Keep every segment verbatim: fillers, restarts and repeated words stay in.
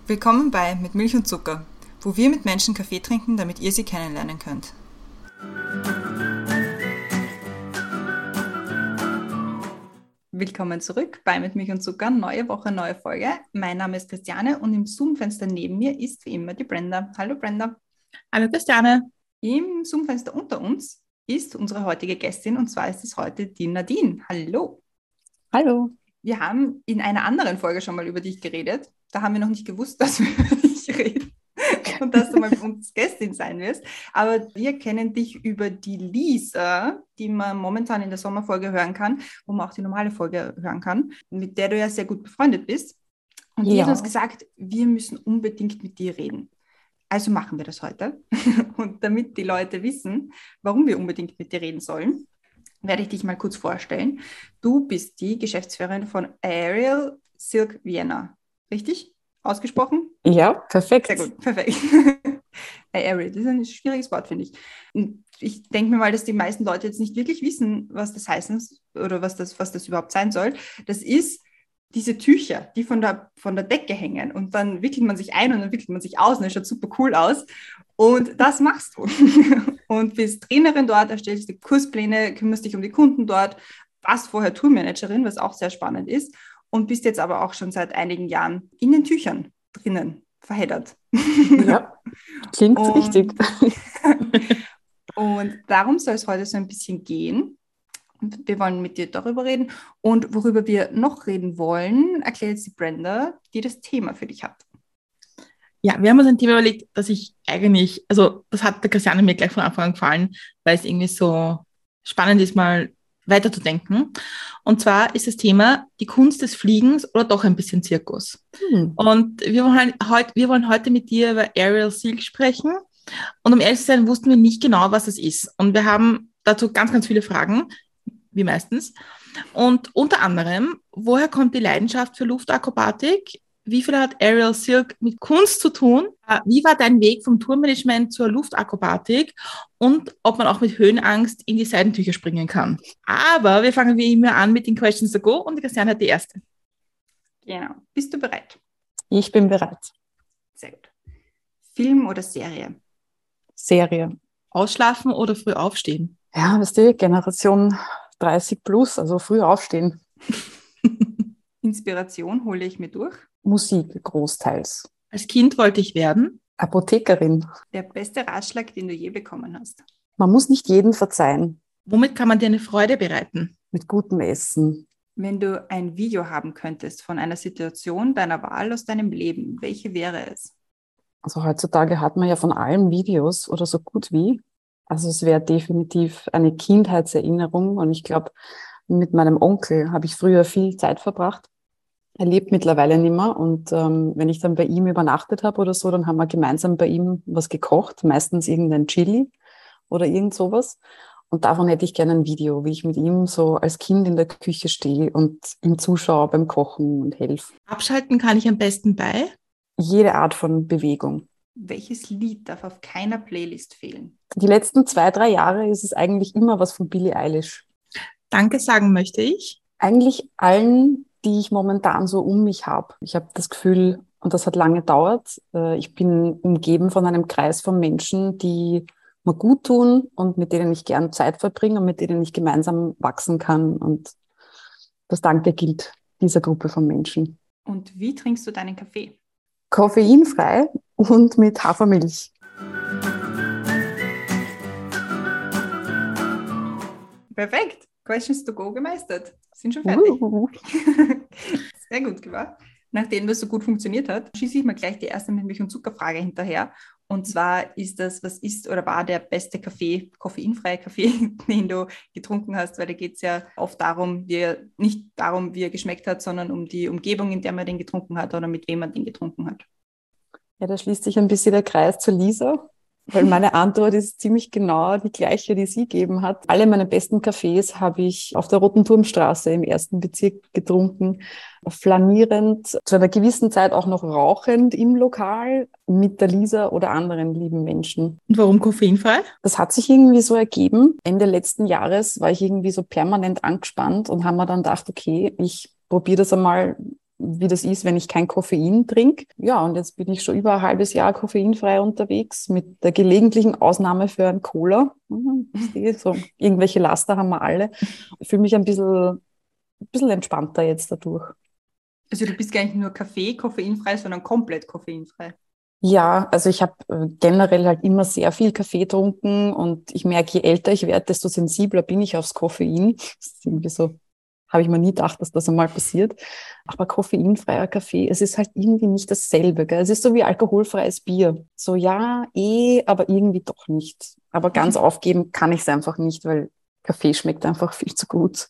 Willkommen bei Mit Milch und Zucker, wo wir mit Menschen Kaffee trinken, damit ihr sie kennenlernen könnt. Willkommen zurück bei Mit Milch und Zucker, neue Woche, neue Folge. Mein Name ist Christiane und im Zoom-Fenster neben mir ist wie immer die Brenda. Hallo Brenda. Hallo Christiane. Im Zoom-Fenster unter uns ist unsere heutige Gästin und zwar ist es heute die Nadine. Hallo. Hallo. Wir haben in einer anderen Folge schon mal über dich geredet. Da haben wir noch nicht gewusst, dass wir über dich reden und dass du mal für uns Gästin sein wirst. Aber wir kennen dich über die Lisa, die man momentan in der Sommerfolge hören kann, wo man auch die normale Folge hören kann, mit der du ja sehr gut befreundet bist. Und die Ja. hat uns gesagt, wir müssen unbedingt mit dir reden. Also machen wir das heute. Und damit die Leute wissen, warum wir unbedingt mit dir reden sollen, werde ich dich mal kurz vorstellen. Du bist die Geschäftsführerin von Aerial Silk Vienna. Richtig? Ausgesprochen? Ja, perfekt. Sehr gut, perfekt. Aerial, das ist ein schwieriges Wort, finde ich. Und ich denke mir mal, dass die meisten Leute jetzt nicht wirklich wissen, was das heißt oder was das, was das überhaupt sein soll. Das ist diese Tücher, die von der, von der Decke hängen und dann wickelt man sich ein und dann wickelt man sich aus und das schaut super cool aus. Und das machst du. Und bist Trainerin dort, erstellst die Kurspläne, kümmerst dich um die Kunden dort, warst vorher Tourmanagerin, was auch sehr spannend ist und bist jetzt aber auch schon seit einigen Jahren in den Tüchern drinnen verheddert. Ja, klingt und, richtig. Und darum soll es heute so ein bisschen gehen. Und wir wollen mit dir darüber reden. Und worüber wir noch reden wollen, erklärt jetzt die Brenda, die das Thema für dich hat. Ja, wir haben uns ein Thema überlegt, das ich eigentlich, also das hat der Christiane mir gleich von Anfang an gefallen, weil es irgendwie so spannend ist, mal weiterzudenken. Und zwar ist das Thema die Kunst des Fliegens oder doch ein bisschen Zirkus. Hm. Und wir wollen, heut, wir wollen heute mit dir über Aerial Silk sprechen. Und um ehrlich zu sein, wussten wir nicht genau, was es ist. Und wir haben dazu ganz, ganz viele Fragen, wie meistens. Und unter anderem, woher kommt die Leidenschaft für Luftakrobatik? Wie viel hat Aerial Silk mit Kunst zu tun? Wie war dein Weg vom Tourmanagement zur Luftakrobatik? Und ob man auch mit Höhenangst in die Seidentücher springen kann. Aber wir fangen wie immer an mit den Questions to go und Christiane hat die erste. Genau. Bist du bereit? Ich bin bereit. Sehr gut. Film oder Serie? Serie. Ausschlafen oder früh aufstehen? Ja, das ist die Generation dreißig plus, also früh aufstehen. Inspiration hole ich mir durch. Musik großteils. Als Kind wollte ich werden Apothekerin. Der beste Ratschlag, den du je bekommen hast. Man muss nicht jedem verzeihen. Womit kann man dir eine Freude bereiten? Mit gutem Essen. Wenn du ein Video haben könntest von einer Situation deiner Wahl aus deinem Leben, welche wäre es? Also heutzutage hat man ja von allem Videos oder so gut wie. Also es wäre definitiv eine Kindheitserinnerung und ich glaube, mit meinem Onkel habe ich früher viel Zeit verbracht. Er lebt mittlerweile nicht mehr und ähm, wenn ich dann bei ihm übernachtet habe oder so, dann haben wir gemeinsam bei ihm was gekocht, meistens irgendein Chili oder irgend sowas. Und davon hätte ich gerne ein Video, wie ich mit ihm so als Kind in der Küche stehe und ihm zuschaue beim Kochen und helfe. Abschalten kann ich am besten bei? Jede Art von Bewegung. Welches Lied darf auf keiner Playlist fehlen? Die letzten zwei, drei Jahre ist es eigentlich immer was von Billie Eilish. Danke sagen möchte ich? Eigentlich allen, die ich momentan so um mich habe. Ich habe das Gefühl, und das hat lange gedauert, ich bin umgeben von einem Kreis von Menschen, die mir gut tun und mit denen ich gern Zeit verbringe und mit denen ich gemeinsam wachsen kann. Und das Danke gilt dieser Gruppe von Menschen. Und wie trinkst du deinen Kaffee? Koffeinfrei und mit Hafermilch. Perfekt. Questions to go gemeistert. Sind schon fertig. Uh. Sehr gut gemacht. Nachdem das so gut funktioniert hat, schieße ich mal gleich die erste mit Milch- und Zuckerfrage hinterher. Und zwar ist das, was ist oder war der beste Kaffee, koffeinfreie Kaffee, den du getrunken hast? Weil da geht es ja oft darum, wie er, nicht darum, wie er geschmeckt hat, sondern um die Umgebung, in der man den getrunken hat oder mit wem man den getrunken hat. Ja, da schließt sich ein bisschen der Kreis zur Lisa. Weil meine Antwort ist ziemlich genau die gleiche, die sie gegeben hat. Alle meine besten Cafés habe ich auf der Roten Turmstraße im ersten Bezirk getrunken. Flanierend, zu einer gewissen Zeit auch noch rauchend im Lokal mit der Lisa oder anderen lieben Menschen. Und warum koffeinfrei? Das hat sich irgendwie so ergeben. Ende letzten Jahres war ich irgendwie so permanent angespannt und haben mir dann gedacht, okay, ich probiere das einmal wie das ist, wenn ich kein Koffein trinke. Ja, und jetzt bin ich schon über ein halbes Jahr koffeinfrei unterwegs, mit der gelegentlichen Ausnahme für ein Cola. Mhm, so, irgendwelche Laster haben wir alle. Ich fühle mich ein bisschen, ein bisschen entspannter jetzt dadurch. Also du bist gar nicht nur Kaffee koffeinfrei, sondern komplett koffeinfrei. Ja, also ich habe generell halt immer sehr viel Kaffee getrunken und ich merke, je älter ich werde, desto sensibler bin ich aufs Koffein. Das ist irgendwie so, habe ich mir nie gedacht, dass das einmal passiert. Aber koffeinfreier Kaffee, es ist halt irgendwie nicht dasselbe, gell? Es ist so wie alkoholfreies Bier. So ja, eh, aber irgendwie doch nicht. Aber ganz aufgeben kann ich es einfach nicht, weil Kaffee schmeckt einfach viel zu gut.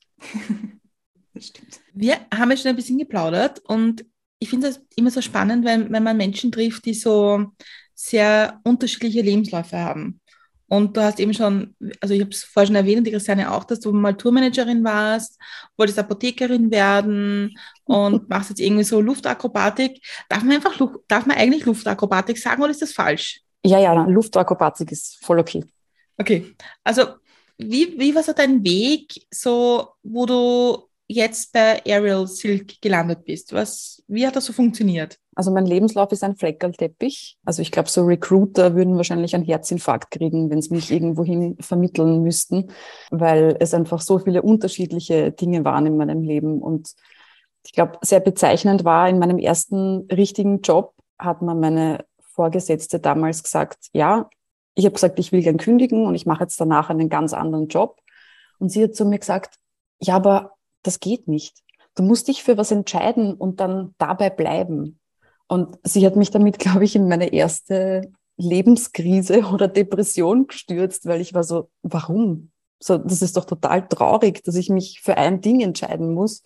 Das stimmt. Wir haben ja schon ein bisschen geplaudert und ich finde das immer so spannend, wenn, wenn man Menschen trifft, die so sehr unterschiedliche Lebensläufe haben. Und du hast eben schon, also ich habe es vorher schon erwähnt, die Christiane auch, dass du mal Tourmanagerin warst, wolltest Apothekerin werden und machst jetzt irgendwie so Luftakrobatik. Darf man einfach, darf man eigentlich Luftakrobatik sagen oder ist das falsch? Ja, ja, Luftakrobatik ist voll okay. Okay, also wie, wie war so dein Weg, so wo du jetzt bei Aerial Silk gelandet bist? Was, wie hat das so funktioniert? Also mein Lebenslauf ist ein Fleckerlteppich. Also ich glaube, so Recruiter würden wahrscheinlich einen Herzinfarkt kriegen, wenn sie mich irgendwohin vermitteln müssten, weil es einfach so viele unterschiedliche Dinge waren in meinem Leben. Und ich glaube, sehr bezeichnend war, in meinem ersten richtigen Job hat mir meine Vorgesetzte damals gesagt, ja, ich habe gesagt, ich will gern kündigen und ich mache jetzt danach einen ganz anderen Job. Und sie hat zu mir gesagt, ja, aber das geht nicht. Du musst dich für was entscheiden und dann dabei bleiben. Und sie hat mich damit, glaube ich, in meine erste Lebenskrise oder Depression gestürzt, weil ich war so, warum? So, das ist doch total traurig, dass ich mich für ein Ding entscheiden muss.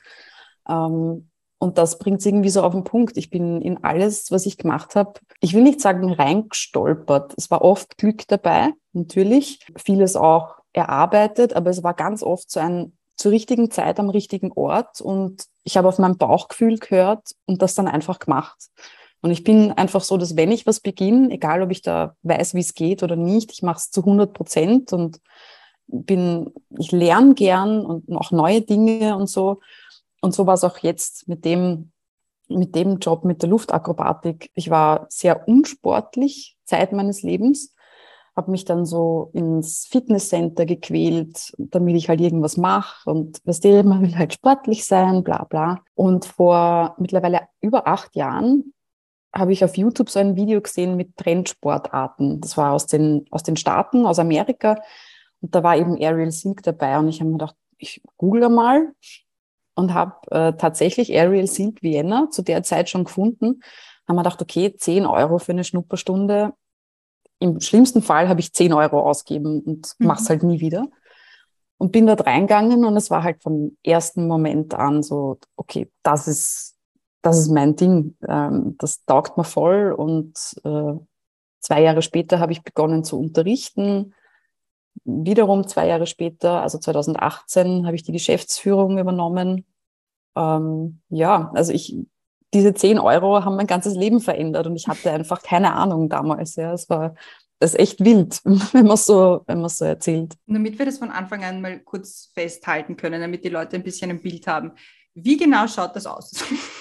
Ähm, und das bringt es irgendwie so auf den Punkt. Ich bin in alles, was ich gemacht habe, ich will nicht sagen reingestolpert. Es war oft Glück dabei, natürlich. Vieles auch erarbeitet, aber es war ganz oft so ein zur richtigen Zeit am richtigen Ort und ich habe auf mein Bauchgefühl gehört und das dann einfach gemacht. Und ich bin einfach so, dass wenn ich was beginne, egal ob ich da weiß, wie es geht oder nicht, ich mache es zu hundert Prozent und bin, ich lerne gern und auch neue Dinge und so. Und so war es auch jetzt mit dem, mit dem Job, mit der Luftakrobatik. Ich war sehr unsportlich Zeit meines Lebens, habe mich dann so ins Fitnesscenter gequält, damit ich halt irgendwas mache und weißt du, man will halt sportlich sein, bla bla. Und vor mittlerweile über acht Jahren habe ich auf YouTube so ein Video gesehen mit Trendsportarten. Das war aus den, aus den Staaten, aus Amerika. Und da war eben Aerial Silk dabei. Und ich habe mir gedacht, ich google mal und habe äh, tatsächlich Aerial Silk Vienna zu der Zeit schon gefunden. Haben mir gedacht, okay, zehn Euro für eine Schnupperstunde. Im schlimmsten Fall habe ich zehn Euro ausgegeben und Mhm. mache es halt nie wieder. Und bin dort reingegangen und es war halt vom ersten Moment an so, okay, das ist, das ist mein Ding. Ähm, das taugt mir voll. Und äh, zwei Jahre später habe ich begonnen zu unterrichten. Wiederum zwei Jahre später, also zwanzig achtzehn, habe ich die Geschäftsführung übernommen. Ähm, ja, also ich, diese zehn Euro haben mein ganzes Leben verändert und ich hatte einfach keine Ahnung damals. Ja, es war das ist echt wild, wenn man so, wenn man so erzählt. Damit wir das von Anfang an mal kurz festhalten können, damit die Leute ein bisschen ein Bild haben. Wie genau schaut das aus?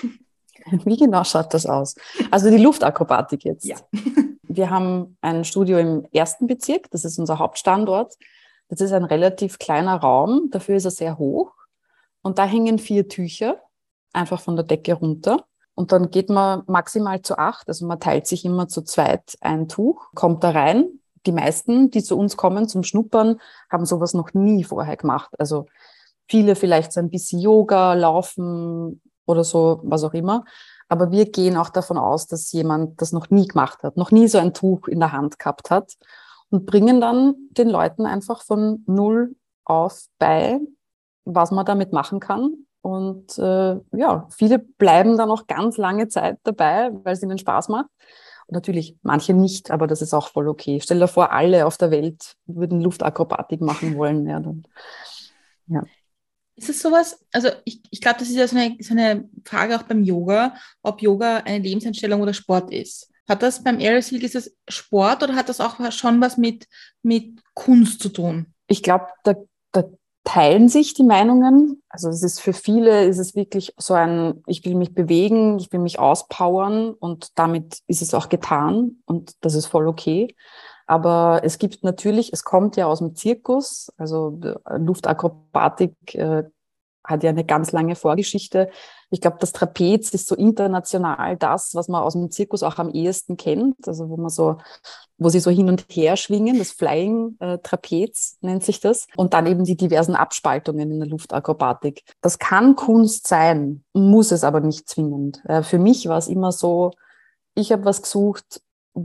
Wie genau schaut das aus? Also die Luftakrobatik jetzt. Ja. Wir haben ein Studio im ersten Bezirk, das ist unser Hauptstandort. Das ist ein relativ kleiner Raum, dafür ist er sehr hoch. Und da hängen vier Tücher, einfach von der Decke runter. Und dann geht man maximal zu acht, also man teilt sich immer zu zweit ein Tuch, kommt da rein. Die meisten, die zu uns kommen zum Schnuppern, haben sowas noch nie vorher gemacht. Also viele vielleicht so ein bisschen Yoga, Laufen oder so, was auch immer. Aber wir gehen auch davon aus, dass jemand das noch nie gemacht hat, noch nie so ein Tuch in der Hand gehabt hat und bringen dann den Leuten einfach von null auf bei, was man damit machen kann. Und äh, ja, viele bleiben dann auch ganz lange Zeit dabei, weil es ihnen Spaß macht. Und natürlich manche nicht, aber das ist auch voll okay. Stell dir vor, alle auf der Welt würden Luftakrobatik machen wollen. Ja, dann, ja. Ist es sowas, also ich, ich glaube, das ist ja so eine, so eine Frage auch beim Yoga, ob Yoga eine Lebenseinstellung oder Sport ist. Hat das beim Aerial Silk, ist das Sport oder hat das auch schon was mit, mit Kunst zu tun? Ich glaube, der, der teilen sich die Meinungen. Also es ist für viele, ist es wirklich so ein, ich will mich bewegen, ich will mich auspowern und damit ist es auch getan und das ist voll okay. Aber es gibt natürlich, es kommt ja aus dem Zirkus, also Luftakrobatik äh, hat ja eine ganz lange Vorgeschichte. Ich glaube, das Trapez ist so international das, was man aus dem Zirkus auch am ehesten kennt, also wo man so, wo sie so hin und her schwingen, das Flying äh, Trapez nennt sich das. Und dann eben die diversen Abspaltungen in der Luftakrobatik. Das kann Kunst sein, muss es aber nicht zwingend. Äh, für mich war es immer so, ich habe was gesucht,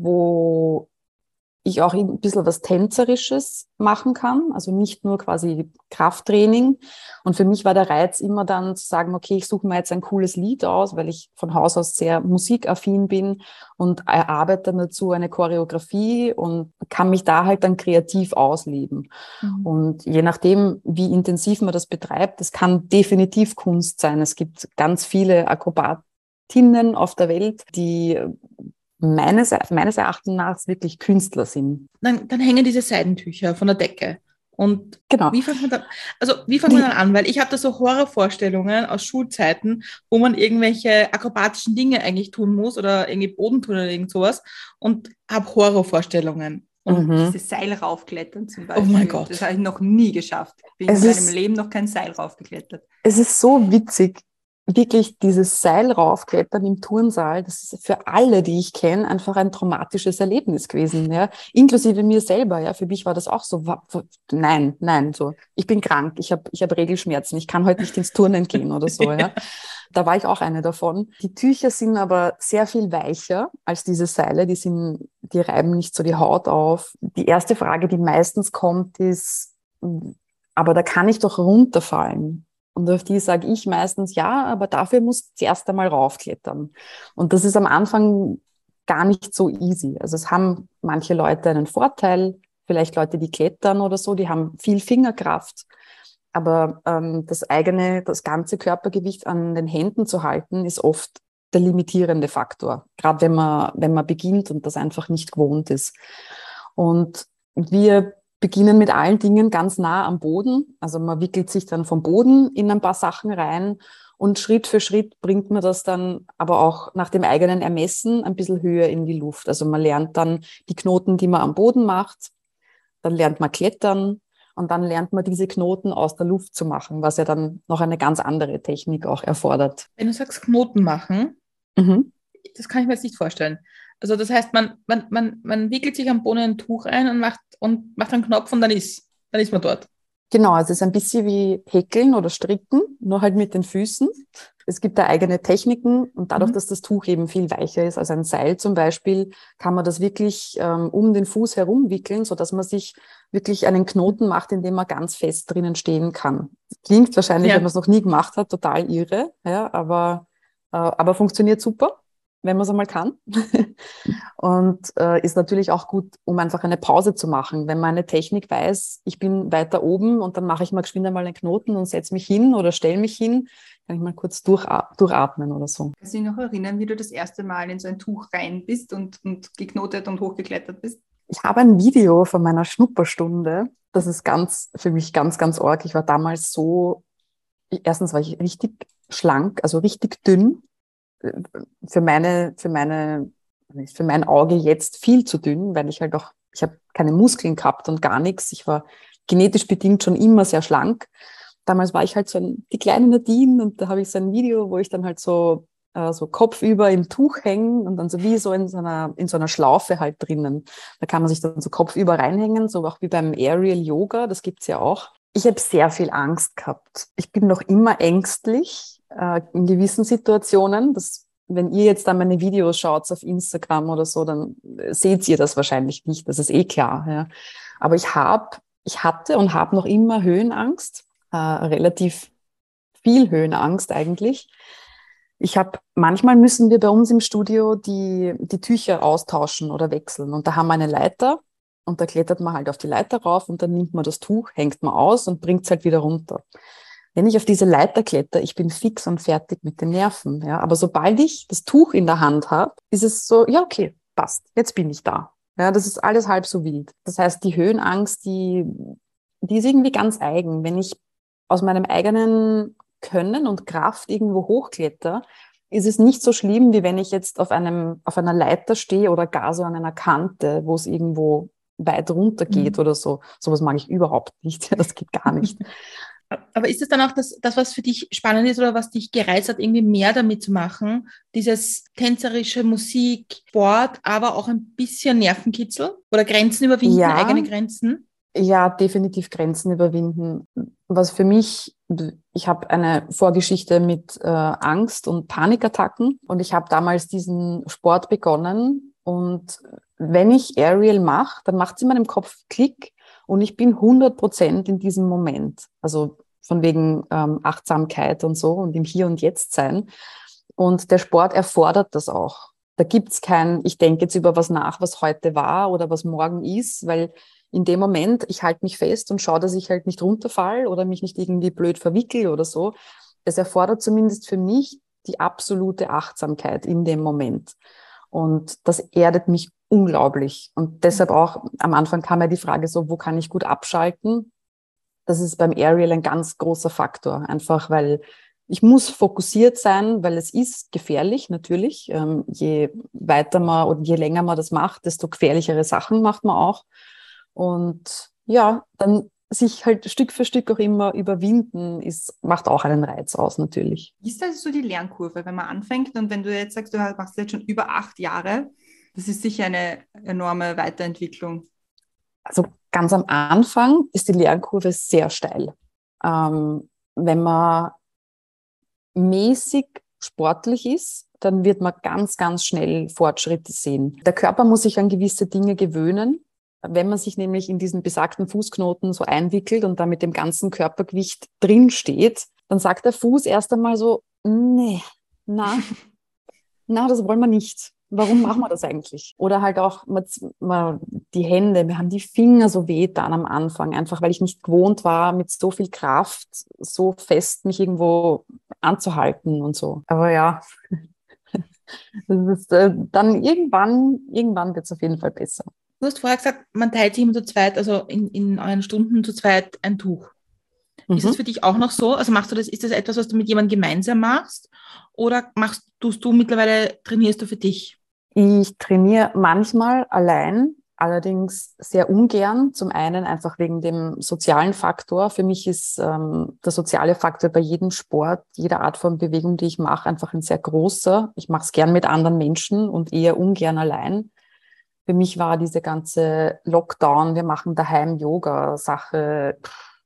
wo ich auch ein bisschen was Tänzerisches machen kann, also nicht nur quasi Krafttraining. Und für mich war der Reiz immer dann zu sagen, okay, ich suche mir jetzt ein cooles Lied aus, weil ich von Haus aus sehr musikaffin bin und erarbeite dann dazu eine Choreografie und kann mich da halt dann kreativ ausleben. Mhm. Und je nachdem, wie intensiv man das betreibt, das kann definitiv Kunst sein. Es gibt ganz viele Akrobatinnen auf der Welt, die Meines, meines Erachtens nach wirklich Künstler sind. Dann, dann hängen diese Seidentücher von der Decke. Und genau. wie fängt man dann, also wie fängt man dann an? Weil ich habe da so Horrorvorstellungen aus Schulzeiten, wo man irgendwelche akrobatischen Dinge eigentlich tun muss oder irgendwie Boden tun oder irgend sowas und habe Horrorvorstellungen. Und mhm. dieses Seil raufklettern zum Beispiel. Oh mein Gott. Das habe ich noch nie geschafft. Ich bin es in meinem ist, Leben noch kein Seil raufgeklettert. Es ist so witzig. Wirklich dieses Seil raufklettern im Turnsaal, das ist für alle, die ich kenne, einfach ein traumatisches Erlebnis gewesen, ja, inklusive mir selber, ja, für mich war das auch so, nein, nein, so, ich bin krank, ich habe ich hab Regelschmerzen, ich kann heute nicht ins Turnen gehen oder so, ja, da war ich auch eine davon. Die Tücher sind aber sehr viel weicher als diese Seile, die sind, die reiben nicht so die Haut auf. Die erste Frage, die meistens kommt, ist, aber da kann ich doch runterfallen. Und auf die sage ich meistens, ja, aber dafür musst du zuerst einmal raufklettern. Und das ist am Anfang gar nicht so easy. Also es haben manche Leute einen Vorteil, vielleicht Leute, die klettern oder so, die haben viel Fingerkraft. Aber ähm, das eigene, das ganze Körpergewicht an den Händen zu halten, ist oft der limitierende Faktor. Gerade wenn man, wenn man beginnt und das einfach nicht gewohnt ist. Und wir beginnen mit allen Dingen ganz nah am Boden. Also man wickelt sich dann vom Boden in ein paar Sachen rein und Schritt für Schritt bringt man das dann aber auch nach dem eigenen Ermessen ein bisschen höher in die Luft. Also man lernt dann die Knoten, die man am Boden macht, dann lernt man klettern und dann lernt man diese Knoten aus der Luft zu machen, was ja dann noch eine ganz andere Technik auch erfordert. Wenn du sagst Knoten machen, mhm. das kann ich mir jetzt nicht vorstellen. Also das heißt, man, man, man, man wickelt sich am Boden ein Tuch ein und macht, und macht einen Knopf und dann ist, dann ist man dort. Genau, also es ist ein bisschen wie Häkeln oder Stricken, nur halt mit den Füßen. Es gibt da eigene Techniken und dadurch, mhm. dass das Tuch eben viel weicher ist als ein Seil zum Beispiel, kann man das wirklich ähm, um den Fuß herum wickeln, sodass man sich wirklich einen Knoten macht, in dem man ganz fest drinnen stehen kann. Klingt wahrscheinlich, ja. wenn man es noch nie gemacht hat, total irre, ja, aber, äh, aber funktioniert super, wenn man es einmal kann. Und äh, ist natürlich auch gut, um einfach eine Pause zu machen. Wenn man eine Technik weiß, ich bin weiter oben und dann mache ich mal geschwind einmal einen Knoten und setze mich hin oder stelle mich hin, kann ich mal kurz durcha- durchatmen oder so. Kannst du dich noch erinnern, wie du das erste Mal in so ein Tuch rein bist und, und geknotet und hochgeklettert bist? Ich habe ein Video von meiner Schnupperstunde. Das ist ganz für mich ganz, ganz arg. Ich war damals so, erstens war ich richtig schlank, also richtig dünn. Für meine, für meine, für mein Auge jetzt viel zu dünn, weil ich halt auch, ich habe keine Muskeln gehabt und gar nichts. Ich war genetisch bedingt schon immer sehr schlank. Damals war ich halt so ein, die kleine Nadine und da habe ich so ein Video, wo ich dann halt so, äh, so kopfüber im Tuch hänge und dann so wie so in so einer, in so einer Schlaufe halt drinnen. Da kann man sich dann so kopfüber reinhängen, so auch wie beim Aerial Yoga, das gibt's ja auch. Ich habe sehr viel Angst gehabt. Ich bin noch immer ängstlich äh, in gewissen Situationen. Das, wenn ihr jetzt dann meine Videos schaut auf Instagram oder so, dann seht ihr das wahrscheinlich nicht. Das ist eh klar. Ja. Aber ich habe, ich hatte und habe noch immer Höhenangst, äh, relativ viel Höhenangst eigentlich. Ich habe, manchmal müssen wir bei uns im Studio die, die Tücher austauschen oder wechseln. Und da haben wir eine Leiter. Und da klettert man halt auf die Leiter rauf und dann nimmt man das Tuch, hängt man aus und bringt es halt wieder runter. Wenn ich auf diese Leiter kletter, ich bin fix und fertig mit den Nerven. Ja. Aber sobald ich das Tuch in der Hand habe, ist es so, ja okay, passt, jetzt bin ich da. Ja, das ist alles halb so wild. Das heißt, die Höhenangst, die, die ist irgendwie ganz eigen. Wenn ich aus meinem eigenen Können und Kraft irgendwo hochkletter, ist es nicht so schlimm, wie wenn ich jetzt auf einem, auf einer Leiter stehe oder gar so an einer Kante, wo es irgendwo weit runter geht Mhm. oder so. Sowas mag ich überhaupt nicht. Das geht gar nicht. Aber ist das dann auch das, das, was für dich spannend ist oder was dich gereizt hat, irgendwie mehr damit zu machen? Dieses tänzerische Musik, Sport, aber auch ein bisschen Nervenkitzel oder Grenzen überwinden, Ja, eigene Grenzen? ja, definitiv Grenzen überwinden. Was für mich, ich habe eine Vorgeschichte mit äh, Angst- und Panikattacken und ich habe damals diesen Sport begonnen und wenn ich Aerial mache, dann macht es in meinem Kopf Klick und ich bin hundert Prozent in diesem Moment. Also von wegen ähm, Achtsamkeit und so und im Hier und Jetzt sein. Und der Sport erfordert das auch. Da gibt's kein, ich denke jetzt über was nach, was heute war oder was morgen ist, weil in dem Moment, ich halte mich fest und schaue, dass ich halt nicht runterfall oder mich nicht irgendwie blöd verwickel oder so. Es erfordert zumindest für mich die absolute Achtsamkeit in dem Moment. Und das erdet mich unglaublich. Und deshalb auch, am Anfang kam ja die Frage so, wo kann ich gut abschalten? Das ist beim Aerial ein ganz großer Faktor. Einfach, weil ich muss fokussiert sein, weil es ist gefährlich, natürlich. Ähm, je weiter man und je länger man das macht, desto gefährlichere Sachen macht man auch. Und ja, dann sich halt Stück für Stück auch immer überwinden, ist, macht auch einen Reiz aus, natürlich. Wie ist das so die Lernkurve, wenn man anfängt und wenn du jetzt sagst, du machst jetzt schon über acht Jahre, das ist sicher eine enorme Weiterentwicklung. Also ganz am Anfang ist die Lernkurve sehr steil. Ähm, wenn man mäßig sportlich ist, dann wird man ganz, ganz schnell Fortschritte sehen. Der Körper muss sich an gewisse Dinge gewöhnen. Wenn man sich nämlich in diesen besagten Fußknoten so einwickelt und da mit dem ganzen Körpergewicht drin steht, dann sagt der Fuß erst einmal so, nee, na, na, das wollen wir nicht. Warum machen wir das eigentlich? Oder halt auch man, man, die Hände, wir haben die Finger so weh dann am Anfang, einfach weil ich nicht gewohnt war, mit so viel Kraft so fest mich irgendwo anzuhalten und so. Aber ja, das ist, äh, dann irgendwann, irgendwann wird es auf jeden Fall besser. Du hast vorher gesagt, man teilt sich immer zu zweit, also in, in euren Stunden zu zweit ein Tuch. Mhm. Ist es für dich auch noch so? Also machst du das, ist das etwas, was du mit jemandem gemeinsam machst? Oder machst tust du mittlerweile, trainierst du für dich? Ich trainiere manchmal allein, allerdings sehr ungern. Zum einen einfach wegen dem sozialen Faktor. Für mich ist ähm, der soziale Faktor bei jedem Sport, jeder Art von Bewegung, die ich mache, einfach ein sehr großer. Ich mache es gern mit anderen Menschen und eher ungern allein. Für mich war diese ganze Lockdown, wir machen daheim Yoga-Sache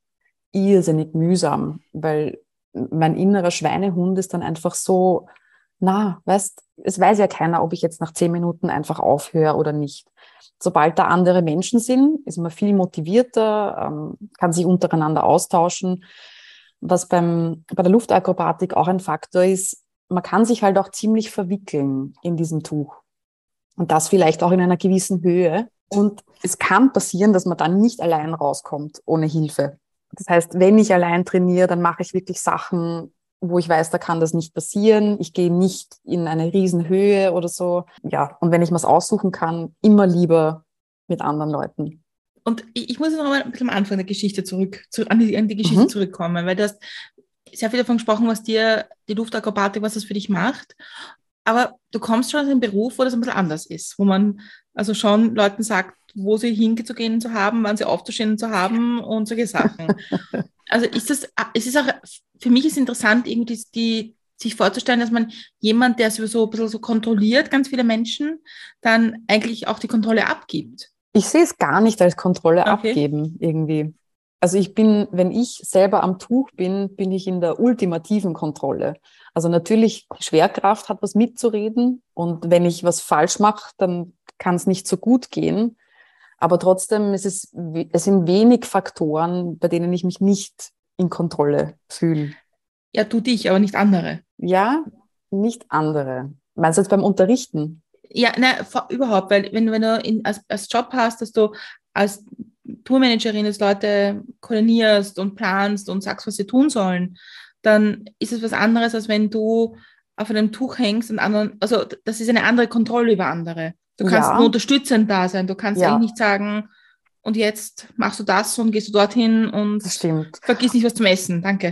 irrsinnig mühsam, weil mein innerer Schweinehund ist dann einfach so, na, weißt, es weiß ja keiner, ob ich jetzt nach zehn Minuten einfach aufhöre oder nicht. Sobald da andere Menschen sind, ist man viel motivierter, ähm, kann sich untereinander austauschen. Was beim, bei der Luftakrobatik auch ein Faktor ist, man kann sich halt auch ziemlich verwickeln in diesem Tuch. Und das vielleicht auch in einer gewissen Höhe. Und es kann passieren, dass man dann nicht allein rauskommt, ohne Hilfe. Das heißt, wenn ich allein trainiere, dann mache ich wirklich Sachen, wo ich weiß, da kann das nicht passieren. Ich gehe nicht in eine Riesenhöhe oder so. Ja, und wenn ich mir es aussuchen kann, immer lieber mit anderen Leuten. Und ich, ich muss noch mal ein bisschen am Anfang der Geschichte zurück, zu, an, die, an die Geschichte mhm. zurückkommen, weil du hast sehr viel davon gesprochen, was dir die Luftakrobatik, was das für dich macht. Aber du kommst schon aus einem Beruf, wo das ein bisschen anders ist, wo man also schon Leuten sagt, wo sie hinzugehen zu haben, wann sie aufzustehen zu haben und solche Sachen. Also ist das, es ist auch, für mich ist interessant, irgendwie die, die, sich vorzustellen, dass man jemand, der sowieso ein bisschen so kontrolliert, ganz viele Menschen, dann eigentlich auch die Kontrolle abgibt. Ich sehe es gar nicht als Kontrolle okay. abgeben irgendwie. Also ich bin, wenn ich selber am Tuch bin, bin ich in der ultimativen Kontrolle. Also natürlich, die Schwerkraft hat was mitzureden und wenn ich was falsch mache, dann kann es nicht so gut gehen. Aber trotzdem ist es, es sind wenig Faktoren, bei denen ich mich nicht in Kontrolle fühle. Ja, du dich, aber nicht andere. Ja, nicht andere. Meinst du jetzt beim Unterrichten? Ja, nein, überhaupt, weil wenn, wenn du in, als, als Job hast, dass du als Tourmanagerin jetzt Leute koordinierst und planst und sagst, was sie tun sollen, dann ist es was anderes, als wenn du auf einem Tuch hängst und anderen, also das ist eine andere Kontrolle über andere. Du kannst ja nur unterstützend da sein, du kannst ja eigentlich nicht sagen, und jetzt machst du das und gehst du dorthin und Das stimmt. vergiss nicht was zum Essen. Danke.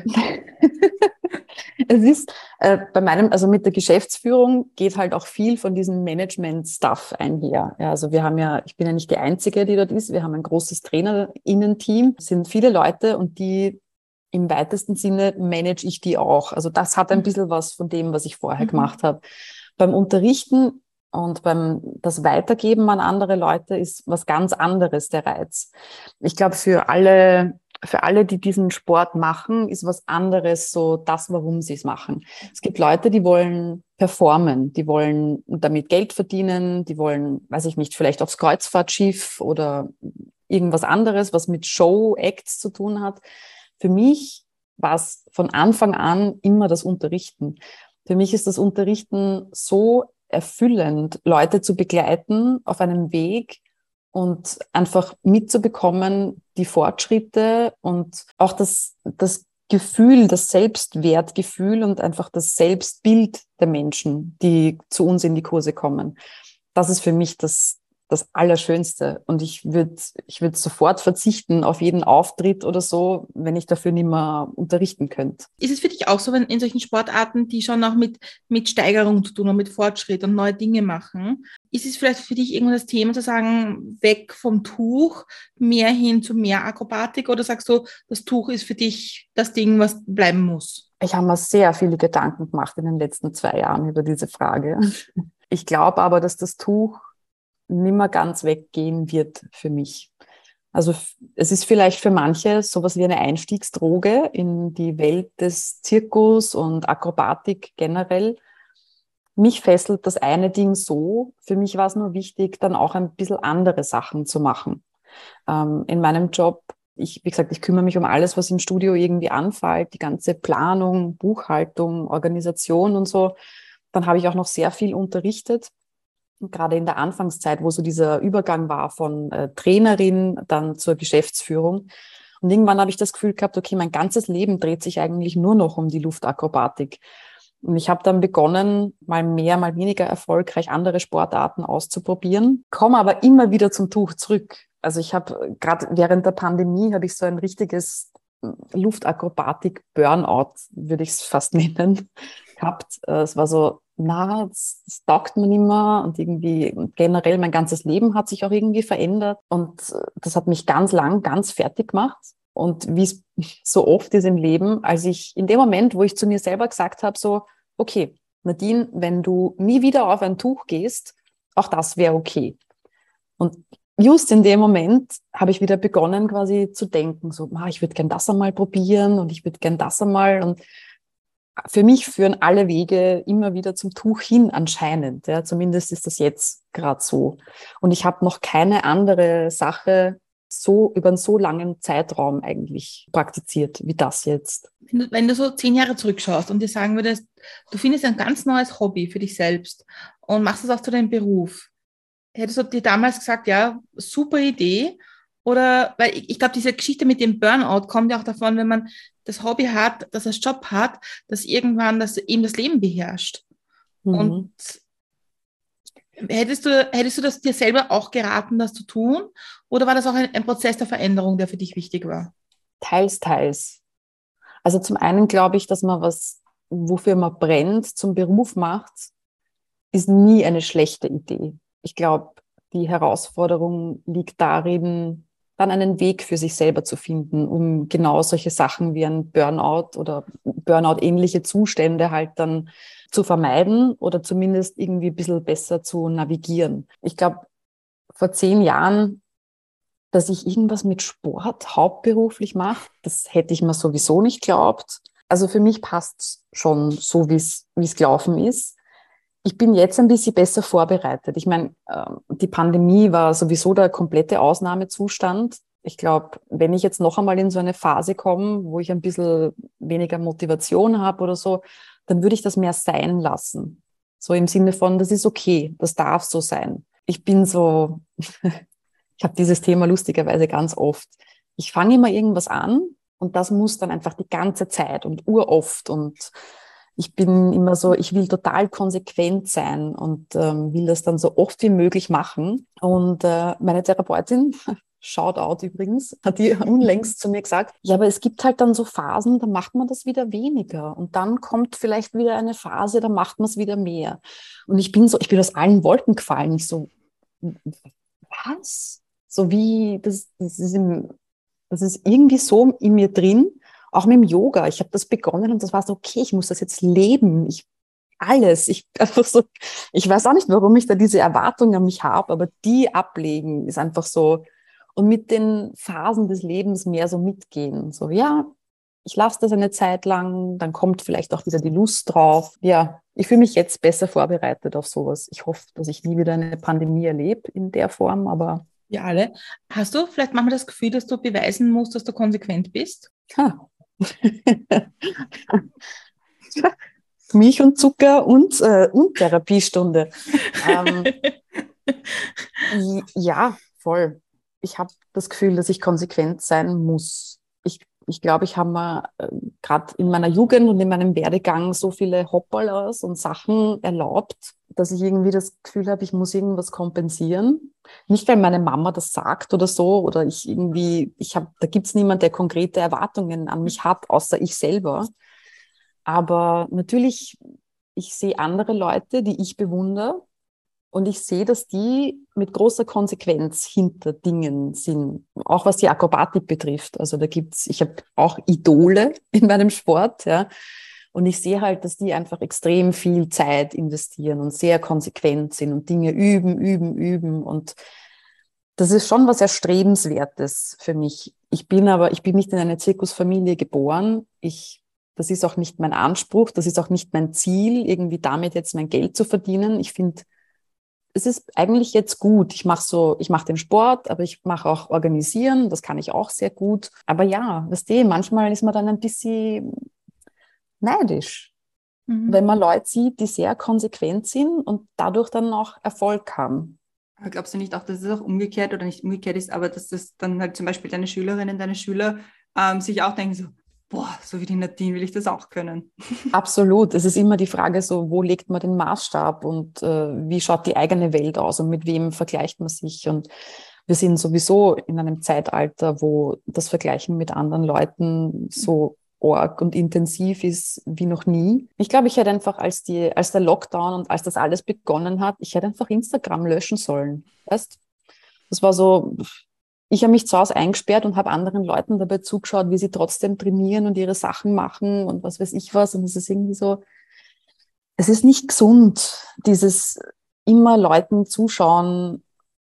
Es ist äh, bei meinem, also mit der Geschäftsführung geht halt auch viel von diesem Management-Stuff einher. Ja, also wir haben ja, ich bin ja nicht die Einzige, die dort ist. Wir haben ein großes TrainerInnen-Team. Es sind viele Leute und die im weitesten Sinne manage ich die auch. Also das hat ein bisschen was von dem, was ich vorher Mhm. gemacht habe. Beim Unterrichten und beim das Weitergeben an andere Leute ist was ganz anderes der Reiz. Ich glaube, für alle Für alle, die diesen Sport machen, ist was anderes so das, warum sie es machen. Es gibt Leute, die wollen performen, die wollen damit Geld verdienen, die wollen, weiß ich nicht, vielleicht aufs Kreuzfahrtschiff oder irgendwas anderes, was mit Show-Acts zu tun hat. Für mich war es von Anfang an immer das Unterrichten. Für mich ist das Unterrichten so erfüllend, Leute zu begleiten auf einem Weg, und einfach mitzubekommen, die Fortschritte und auch das, das Gefühl, das Selbstwertgefühl und einfach das Selbstbild der Menschen, die zu uns in die Kurse kommen. Das ist für mich das, das Allerschönste. Und ich würde ich würd sofort verzichten auf jeden Auftritt oder so, wenn ich dafür nicht mehr unterrichten könnte. Ist es für dich auch so, wenn in solchen Sportarten, die schon auch mit, mit Steigerung zu tun haben, mit Fortschritt und neue Dinge machen, ist es vielleicht für dich irgendwann das Thema zu sagen, weg vom Tuch, mehr hin zu mehr Akrobatik, oder sagst du, das Tuch ist für dich das Ding, was bleiben muss? Ich habe mir sehr viele Gedanken gemacht in den letzten zwei Jahren über diese Frage. Ich glaube aber, dass das Tuch nimmer ganz weggehen wird für mich. Also es ist vielleicht für manche sowas wie eine Einstiegsdroge in die Welt des Zirkus und Akrobatik generell. Mich fesselt das eine Ding so. Für mich war es nur wichtig, dann auch ein bisschen andere Sachen zu machen. Ähm, in meinem Job, ich, wie gesagt, ich kümmere mich um alles, was im Studio irgendwie anfällt, die ganze Planung, Buchhaltung, Organisation und so. Dann habe ich auch noch sehr viel unterrichtet. Gerade in der Anfangszeit, wo so dieser Übergang war von äh, Trainerin dann zur Geschäftsführung. Und irgendwann habe ich das Gefühl gehabt, okay, mein ganzes Leben dreht sich eigentlich nur noch um die Luftakrobatik. Und ich habe dann begonnen, mal mehr, mal weniger erfolgreich andere Sportarten auszuprobieren, komme aber immer wieder zum Tuch zurück. Also ich habe gerade während der Pandemie habe ich so ein richtiges Luftakrobatik-Burnout, würde ich es fast nennen, gehabt. Es war so, na, das, das taugt mir nicht mehr und irgendwie generell mein ganzes Leben hat sich auch irgendwie verändert und das hat mich ganz lang ganz fertig gemacht. Und wie es so oft ist im Leben, als ich in dem Moment, wo ich zu mir selber gesagt habe, so, okay, Nadine, wenn du nie wieder auf ein Tuch gehst, auch das wäre okay. Und just in dem Moment habe ich wieder begonnen quasi zu denken, so, ah, ich würde gern das einmal probieren und ich würde gern das einmal. Und für mich führen alle Wege immer wieder zum Tuch hin anscheinend. Ja, zumindest ist das jetzt gerade so. Und ich habe noch keine andere Sache so über einen so langen Zeitraum eigentlich praktiziert wie das jetzt. Wenn du, wenn du so zehn Jahre zurückschaust und dir sagen würdest, du findest ein ganz neues Hobby für dich selbst und machst es auch zu deinem Beruf, hättest du dir damals gesagt, ja, super Idee? Oder, weil ich, ich glaube, diese Geschichte mit dem Burnout kommt ja auch davon, wenn man das Hobby hat, das als Job hat, dass irgendwann das eben das Leben beherrscht. Mhm. Und hättest du, hättest du das dir selber auch geraten, das zu tun? Oder war das auch ein, ein Prozess der Veränderung, der für dich wichtig war? Teils, teils. Also zum einen glaube ich, dass man was, wofür man brennt, zum Beruf macht, ist nie eine schlechte Idee. Ich glaube, die Herausforderung liegt darin, dann einen Weg für sich selber zu finden, um genau solche Sachen wie ein Burnout oder Burnout-ähnliche Zustände halt dann zu vermeiden oder zumindest irgendwie ein bisschen besser zu navigieren. Ich glaube, vor zehn Jahren, dass ich irgendwas mit Sport hauptberuflich mache, das hätte ich mir sowieso nicht geglaubt. Also für mich passt es schon so, wie es wie es gelaufen ist. Ich bin jetzt ein bisschen besser vorbereitet. Ich meine, die Pandemie war sowieso der komplette Ausnahmezustand. Ich glaube, wenn ich jetzt noch einmal in so eine Phase komme, wo ich ein bisschen weniger Motivation habe oder so, dann würde ich das mehr sein lassen. So im Sinne von, das ist okay, das darf so sein. Ich bin so, ich habe dieses Thema lustigerweise ganz oft. Ich fange immer irgendwas an und das muss dann einfach die ganze Zeit und uroft und ich bin immer so, ich will total konsequent sein und ähm, will das dann so oft wie möglich machen. Und äh, meine Therapeutin Shoutout übrigens, hat die unlängst zu mir gesagt, ja, aber es gibt halt dann so Phasen, da macht man das wieder weniger und dann kommt vielleicht wieder eine Phase, da macht man es wieder mehr. Und ich bin so, ich bin aus allen Wolken gefallen. Ich so, was? So wie, das, das ist im, das ist irgendwie so in mir drin, auch mit dem Yoga. Ich habe das begonnen und das war so, okay, ich muss das jetzt leben. Ich alles. Ich einfach so, ich weiß auch nicht, warum ich da diese Erwartungen an mich habe, aber die ablegen ist einfach so. Und mit den Phasen des Lebens mehr so mitgehen. So, ja, ich lasse das eine Zeit lang, dann kommt vielleicht auch wieder die Lust drauf. Ja, ich fühle mich jetzt besser vorbereitet auf sowas. Ich hoffe, dass ich nie wieder eine Pandemie erlebe in der Form, aber Wir alle. Hast du vielleicht manchmal das Gefühl, dass du beweisen musst, dass du konsequent bist? ha. Milch und Zucker und, äh, und Therapiestunde. ähm, ja, voll. Ich habe das Gefühl, dass ich konsequent sein muss. Ich, ich glaube, ich habe mir äh, gerade in meiner Jugend und in meinem Werdegang so viele Hoppalas und Sachen erlaubt, dass ich irgendwie das Gefühl habe, ich muss irgendwas kompensieren. Nicht, weil meine Mama das sagt oder so, oder ich irgendwie, ich habe, da gibt es niemanden, der konkrete Erwartungen an mich hat, außer ich selber. Aber natürlich, ich sehe andere Leute, die ich bewundere, und ich sehe, dass die mit großer Konsequenz hinter Dingen sind, auch was die Akrobatik betrifft. Also da gibt's, ich habe auch Idole in meinem Sport, ja, und ich sehe halt, dass die einfach extrem viel Zeit investieren und sehr konsequent sind und Dinge üben, üben, üben. Und das ist schon was Erstrebenswertes für mich. Ich bin aber, ich bin nicht in eine Zirkusfamilie geboren. Ich Das ist auch nicht mein Anspruch, das ist auch nicht mein Ziel, irgendwie damit jetzt mein Geld zu verdienen. Ich finde, es ist eigentlich jetzt gut. Ich mache so, ich mache den Sport, aber ich mache auch Organisieren, das kann ich auch sehr gut. Aber ja, weißt du, manchmal ist man dann ein bisschen neidisch, Mhm. wenn man Leute sieht, die sehr konsequent sind und dadurch dann auch Erfolg haben. Aber glaubst du nicht auch, dass es auch umgekehrt oder nicht umgekehrt ist, aber dass das dann halt zum Beispiel deine Schülerinnen, deine Schüler ähm, sich auch denken so, boah, so wie die Nadine will ich das auch können. Absolut. Es ist immer die Frage so, wo legt man den Maßstab und äh, wie schaut die eigene Welt aus und mit wem vergleicht man sich? Und wir sind sowieso in einem Zeitalter, wo das Vergleichen mit anderen Leuten so arg und intensiv ist wie noch nie. Ich glaube, ich hätte einfach, als die, als der Lockdown und als das alles begonnen hat, ich hätte einfach Instagram löschen sollen. Weißt? Das war so, ich habe mich zu Hause eingesperrt und habe anderen Leuten dabei zugeschaut, wie sie trotzdem trainieren und ihre Sachen machen und was weiß ich was. Und es ist irgendwie so, es ist nicht gesund, dieses immer Leuten zuschauen,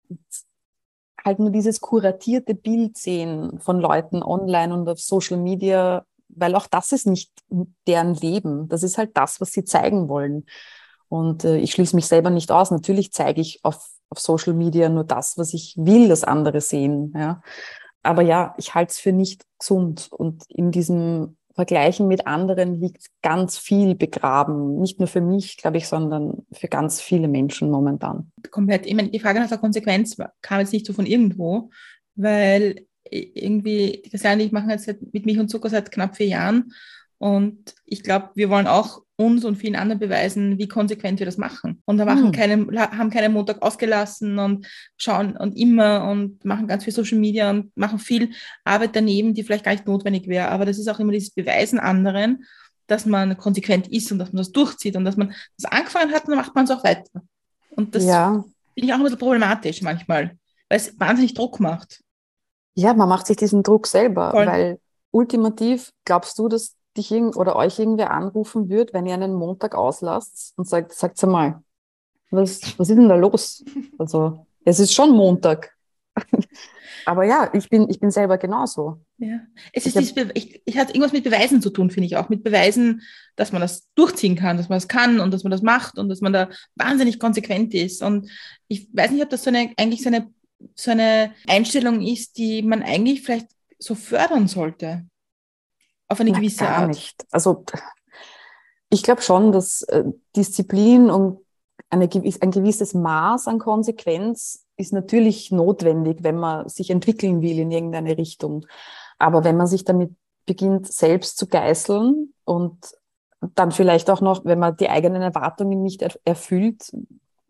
halt nur dieses kuratierte Bild sehen von Leuten online und auf Social Media, weil auch das ist nicht deren Leben. Das ist halt das, was sie zeigen wollen. Und äh, ich schließe mich selber nicht aus. Natürlich zeige ich auf, auf Social Media nur das, was ich will, dass andere sehen. Ja. Aber ja, ich halte es für nicht gesund. Und in diesem Vergleichen mit anderen liegt ganz viel begraben. Nicht nur für mich, glaube ich, sondern für ganz viele Menschen momentan. Komplett. Ich meine, die Frage nach der Konsequenz kam jetzt nicht so von irgendwo, weil irgendwie, die Christiane und ich machen jetzt mit Milch und Zucker seit knapp vier Jahren und ich glaube, wir wollen auch uns und vielen anderen beweisen, wie konsequent wir das machen. Und da machen Hm. keinen, haben keinen Montag ausgelassen und schauen und immer und machen ganz viel Social Media und machen viel Arbeit daneben, die vielleicht gar nicht notwendig wäre. Aber das ist auch immer dieses Beweisen anderen, dass man konsequent ist und dass man das durchzieht und dass man das angefangen hat, dann macht man es auch weiter. Und das Ja. finde ich auch ein bisschen problematisch manchmal, weil es wahnsinnig Druck macht. Ja, man macht sich diesen Druck selber, Voll. weil ultimativ glaubst du, dass dich irgend oder euch irgendwer anrufen wird, wenn ihr einen Montag auslasst und sagt, sagt's einmal, was, was ist denn da los? Also, es ist schon Montag. Aber ja, ich bin, ich bin selber genauso. Ja. Es Ich ist hab- dieses Be ich, ich hat irgendwas mit Beweisen zu tun, finde ich auch. Mit Beweisen, dass man das durchziehen kann, dass man das kann und dass man das macht und dass man da wahnsinnig konsequent ist. Und ich weiß nicht, ob das so eine, eigentlich so eine, so eine Einstellung ist, die man eigentlich vielleicht so fördern sollte. Auf eine Na, gewisse gar Art. nicht. Also, ich glaube schon, dass äh, Disziplin und eine, gewiss- ein gewisses Maß an Konsequenz ist natürlich notwendig, wenn man sich entwickeln will in irgendeine Richtung. Aber wenn man sich damit beginnt, selbst zu geißeln und dann vielleicht auch noch, wenn man die eigenen Erwartungen nicht er- erfüllt,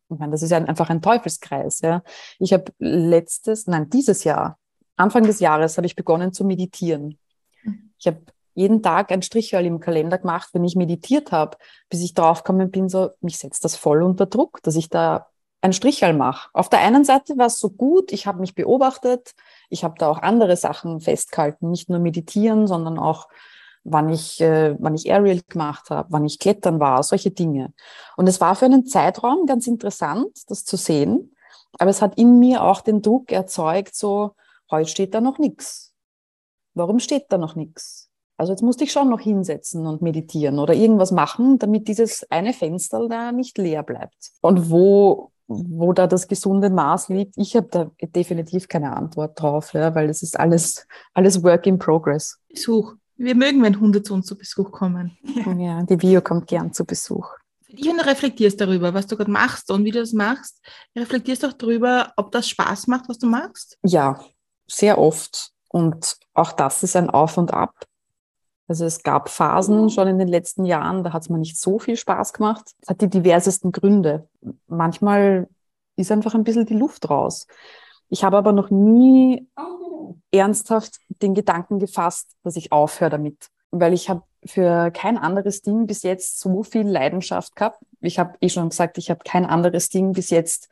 Ich meine, das ist ja einfach ein Teufelskreis. Ja. Ich habe letztes, nein, dieses Jahr, Anfang des Jahres, habe ich begonnen zu meditieren. Ich habe jeden Tag ein Strichlein im Kalender gemacht, wenn ich meditiert habe, bis ich draufgekommen bin, so, mich setzt das voll unter Druck, dass ich da ein Strichlein mache. Auf der einen Seite war es so gut, ich habe mich beobachtet, ich habe da auch andere Sachen festgehalten, nicht nur meditieren, sondern auch, wann ich, äh, wann ich Aerial gemacht habe, wann ich klettern war, solche Dinge. Und es war für einen Zeitraum ganz interessant, das zu sehen, aber es hat in mir auch den Druck erzeugt, so, heute steht da noch nichts. Warum steht da noch nichts? Also jetzt musste ich schon noch hinsetzen und meditieren oder irgendwas machen, damit dieses eine Fenster da nicht leer bleibt. Und wo, wo da das gesunde Maß liegt, ich habe da definitiv keine Antwort drauf, ja, weil das ist alles, alles Work in Progress. Besuch. Wir mögen, wenn Hunde zu uns zu Besuch kommen. Ja, die Vio kommt gern zu Besuch. Für dich, wenn du reflektierst darüber, was du gerade machst und wie du das machst, reflektierst auch darüber, ob das Spaß macht, was du machst? Ja, sehr oft. Und auch das ist ein Auf und Ab. Also es gab Phasen schon in den letzten Jahren, da hat es mir nicht so viel Spaß gemacht. Es hat die diversesten Gründe. Manchmal ist einfach ein bisschen die Luft raus. Ich habe aber noch nie ernsthaft den Gedanken gefasst, dass ich aufhöre damit. Weil ich habe für kein anderes Ding bis jetzt so viel Leidenschaft gehabt. Ich habe eh schon gesagt, ich habe kein anderes Ding bis jetzt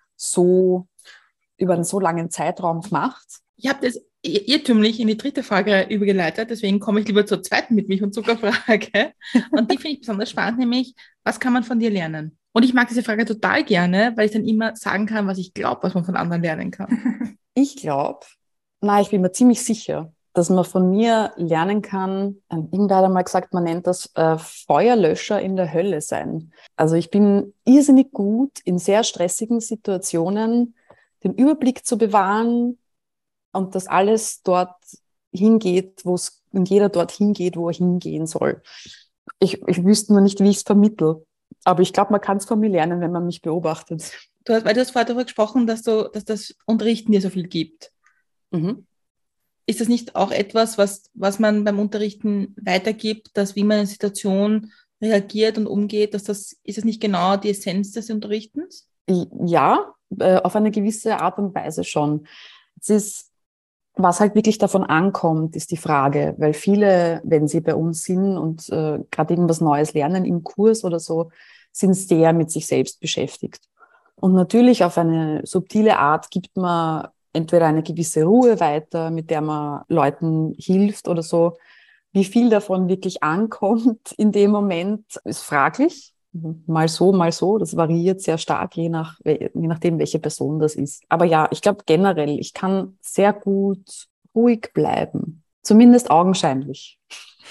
so über einen so langen Zeitraum gemacht. Ich habe das irrtümlich in die dritte Frage übergeleitet, deswegen komme ich lieber zur zweiten mit Milch- und Zuckerfrage. Und die finde ich besonders spannend, nämlich, was kann man von dir lernen? Und ich mag diese Frage total gerne, weil ich dann immer sagen kann, was ich glaube, was man von anderen lernen kann. Ich glaube, na, ich bin mir ziemlich sicher, dass man von mir lernen kann, irgendwer hat einmal gesagt, man nennt das äh, Feuerlöscher in der Hölle sein. Also ich bin irrsinnig gut in sehr stressigen Situationen, den Überblick zu bewahren, und dass alles dort hingeht, wo es und jeder dort hingeht, wo er hingehen soll. Ich, ich wüsste nur nicht, wie ich es vermittle. Aber ich glaube, man kann es von mir lernen, wenn man mich beobachtet. Du hast, weil du hast vorher darüber gesprochen, dass, du, dass das Unterrichten dir so viel gibt. Mhm. Ist das nicht auch etwas, was, was man beim Unterrichten weitergibt, dass wie man in einer Situation reagiert und umgeht, dass das, ist das nicht genau die Essenz des Unterrichtens? Ja, äh, auf eine gewisse Art und Weise schon. Es ist Was halt wirklich davon ankommt, ist die Frage, weil viele, wenn sie bei uns sind und äh, gerade irgendwas Neues lernen im Kurs oder so, sind sehr mit sich selbst beschäftigt. Und natürlich auf eine subtile Art gibt man entweder eine gewisse Ruhe weiter, mit der man Leuten hilft oder so. Wie viel davon wirklich ankommt in dem Moment, ist fraglich. Mal so, mal so. Das variiert sehr stark, je nach, je nachdem, welche Person das ist. Aber ja, ich glaube generell, ich kann sehr gut ruhig bleiben. Zumindest augenscheinlich.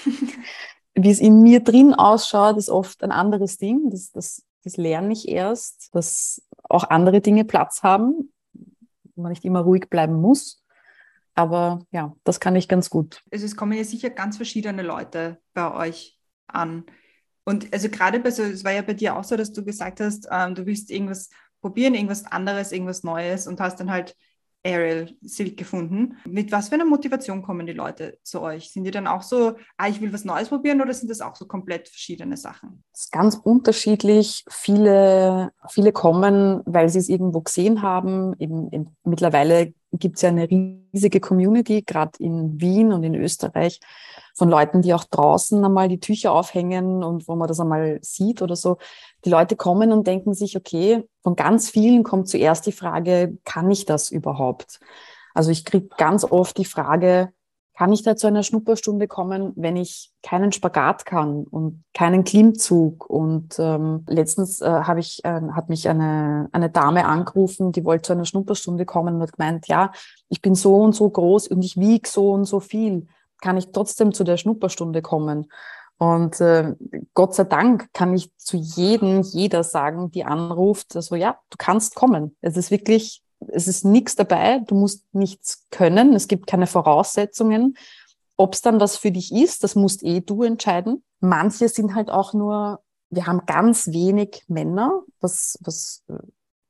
Wie es in mir drin ausschaut, ist oft ein anderes Ding. Das, das, das lerne ich erst, dass auch andere Dinge Platz haben, wo man nicht immer ruhig bleiben muss. Aber ja, das kann ich ganz gut. Also es kommen ja sicher ganz verschiedene Leute bei euch an. Und also gerade bei so, es war ja bei dir auch so, dass du gesagt hast, ähm, du willst irgendwas probieren, irgendwas anderes, irgendwas Neues und hast dann halt Aerial Silk gefunden. Mit was für einer Motivation kommen die Leute zu euch? Sind die dann auch so, ah, ich will was Neues probieren, oder sind das auch so komplett verschiedene Sachen? Das ist ganz unterschiedlich. Viele, viele kommen, weil sie es irgendwo gesehen haben. Eben, in, mittlerweile gibt es ja eine riesige Community, gerade in Wien und in Österreich, von Leuten, die auch draußen einmal die Tücher aufhängen und wo man das einmal sieht oder so. Die Leute kommen und denken sich, okay, von ganz vielen kommt zuerst die Frage, kann ich das überhaupt? Also ich kriege ganz oft die Frage, kann ich da zu einer Schnupperstunde kommen, wenn ich keinen Spagat kann und keinen Klimmzug? Und ähm, letztens äh, habe ich, äh, hat mich eine, eine Dame angerufen, die wollte zu einer Schnupperstunde kommen und hat gemeint, ja, ich bin so und so groß und ich wiege so und so viel. Kann ich trotzdem zu der Schnupperstunde kommen? Und äh, Gott sei Dank kann ich zu jedem, jeder sagen, die anruft, also ja, du kannst kommen. Es ist wirklich, es ist nichts dabei, du musst nichts können, es gibt keine Voraussetzungen. Ob es dann was für dich ist, das musst eh du entscheiden. Manche sind halt auch nur, wir haben ganz wenig Männer, was, was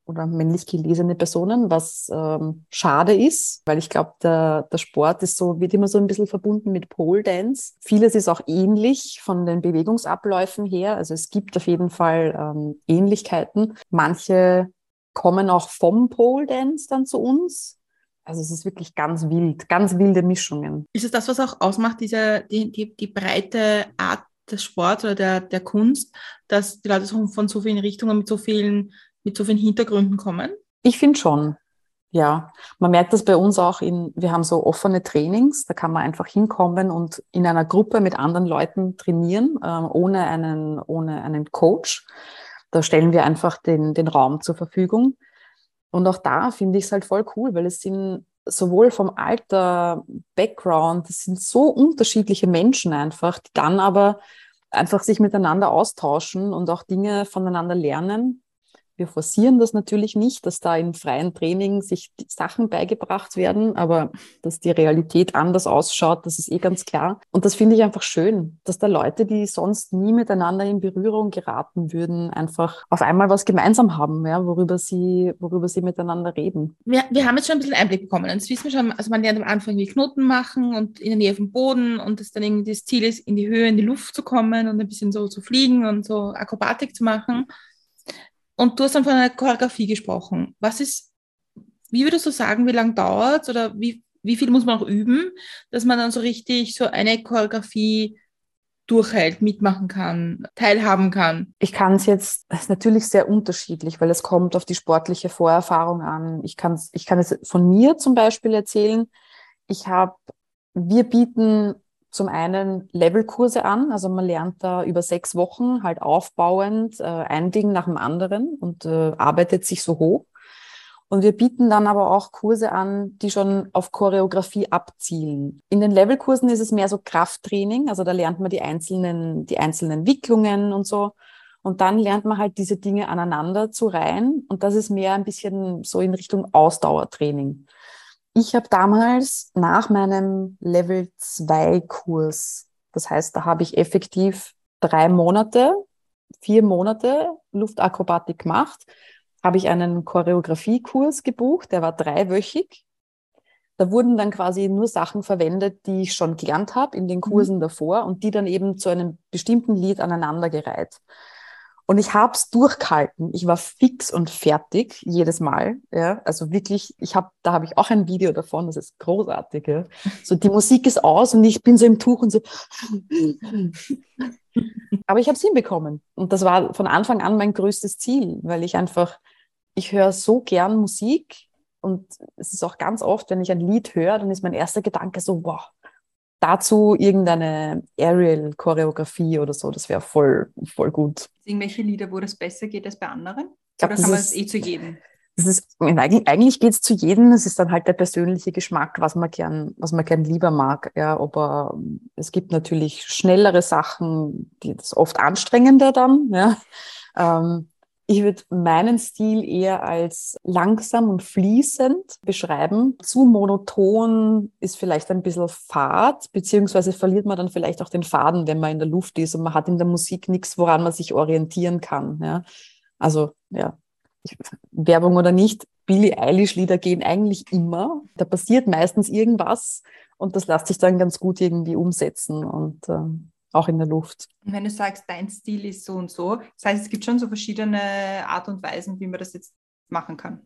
oder männlich gelesene Personen, was ähm, schade ist, weil ich glaube, der, der Sport ist so, wird immer so ein bisschen verbunden mit Pole Dance. Vieles ist auch ähnlich von den Bewegungsabläufen her. Also es gibt auf jeden Fall ähm, Ähnlichkeiten. Manche kommen auch vom Pole Dance dann zu uns. Also es ist wirklich ganz wild, ganz wilde Mischungen. Ist es das, was auch ausmacht, diese, die, die, die breite Art des Sports oder der, der Kunst, dass die Leute so von so vielen Richtungen mit so vielen, mit so vielen Hintergründen kommen? Ich finde schon, ja. Man merkt das bei uns auch in, wir haben so offene Trainings, da kann man einfach hinkommen und in einer Gruppe mit anderen Leuten trainieren, ähm, ohne einen, ohne einen Coach. Da stellen wir einfach den, den Raum zur Verfügung. Und auch da finde ich es halt voll cool, weil es sind sowohl vom Alter, Background, das sind so unterschiedliche Menschen einfach, die dann aber einfach sich miteinander austauschen und auch Dinge voneinander lernen. Wir forcieren das natürlich nicht, dass da im freien Training sich die Sachen beigebracht werden, aber dass die Realität anders ausschaut, das ist eh ganz klar. Und das finde ich einfach schön, dass da Leute, die sonst nie miteinander in Berührung geraten würden, einfach auf einmal was gemeinsam haben, ja, worüber sie, worüber sie miteinander reden. Wir, wir haben jetzt schon ein bisschen Einblick bekommen. Jetzt wissen wir schon, also man lernt am Anfang wie Knoten machen und in der Nähe vom Boden und das dann irgendwie das Ziel ist, in die Höhe, in die Luft zu kommen und ein bisschen so zu fliegen und so Akrobatik zu machen. Und du hast dann von einer Choreografie gesprochen. Was ist, wie würdest du sagen, wie lange dauert es oder wie, wie viel muss man auch üben, dass man dann so richtig so eine Choreografie durchhält, mitmachen kann, teilhaben kann? Ich kann es jetzt, es ist natürlich sehr unterschiedlich, weil es kommt auf die sportliche Vorerfahrung an. Ich kann ich kann es von mir zum Beispiel erzählen. Ich habe, wir bieten zum einen Levelkurse an, also man lernt da über sechs Wochen halt aufbauend äh, ein Ding nach dem anderen und äh, arbeitet sich so hoch. Und wir bieten dann aber auch Kurse an, die schon auf Choreografie abzielen. In den Levelkursen ist es mehr so Krafttraining, also da lernt man die einzelnen, die einzelnen Wicklungen und so. Und dann lernt man halt diese Dinge aneinander zu reihen. Und das ist mehr ein bisschen so in Richtung Ausdauertraining. Ich habe damals nach meinem Level zwei Kurs, das heißt, da habe ich effektiv drei Monate, vier Monate Luftakrobatik gemacht, habe ich einen Choreografiekurs gebucht, der war dreiwöchig. Da wurden dann quasi nur Sachen verwendet, die ich schon gelernt habe in den Kursen mhm. davor und die dann eben zu einem bestimmten Lied aneinandergereiht. Und ich habe es durchgehalten. Ich war fix und fertig jedes Mal. Ja, also wirklich, ich habe, da habe ich auch ein Video davon. Das ist großartig. Ja. So die Musik ist aus und ich bin so im Tuch und so. Aber ich habe es hinbekommen. Und das war von Anfang an mein größtes Ziel, weil ich einfach, ich höre so gern Musik und es ist auch ganz oft, wenn ich ein Lied höre, dann ist mein erster Gedanke so, wow. Dazu irgendeine Aerial-Choreografie oder so, das wäre voll, voll gut. Irgendwelche Lieder, wo das besser geht als bei anderen? Glaub, oder kann man es eh zu jedem? Das ist, eigentlich geht es zu jedem, es ist dann halt der persönliche Geschmack, was man gern, was man gern lieber mag. Ja, aber es gibt natürlich schnellere Sachen, die das oft anstrengender dann. Ja. Ähm, Ich würde meinen Stil eher als langsam und fließend beschreiben. Zu monoton ist vielleicht ein bisschen fad, beziehungsweise verliert man dann vielleicht auch den Faden, wenn man in der Luft ist und man hat in der Musik nichts, woran man sich orientieren kann. Ja. Also, ja, ich, Werbung oder nicht, Billie Eilish-Lieder gehen eigentlich immer. Da passiert meistens irgendwas und das lässt sich dann ganz gut irgendwie umsetzen und ähm, auch in der Luft. Und wenn du sagst, dein Stil ist so und so, das heißt, es gibt schon so verschiedene Art und Weisen, wie man das jetzt machen kann.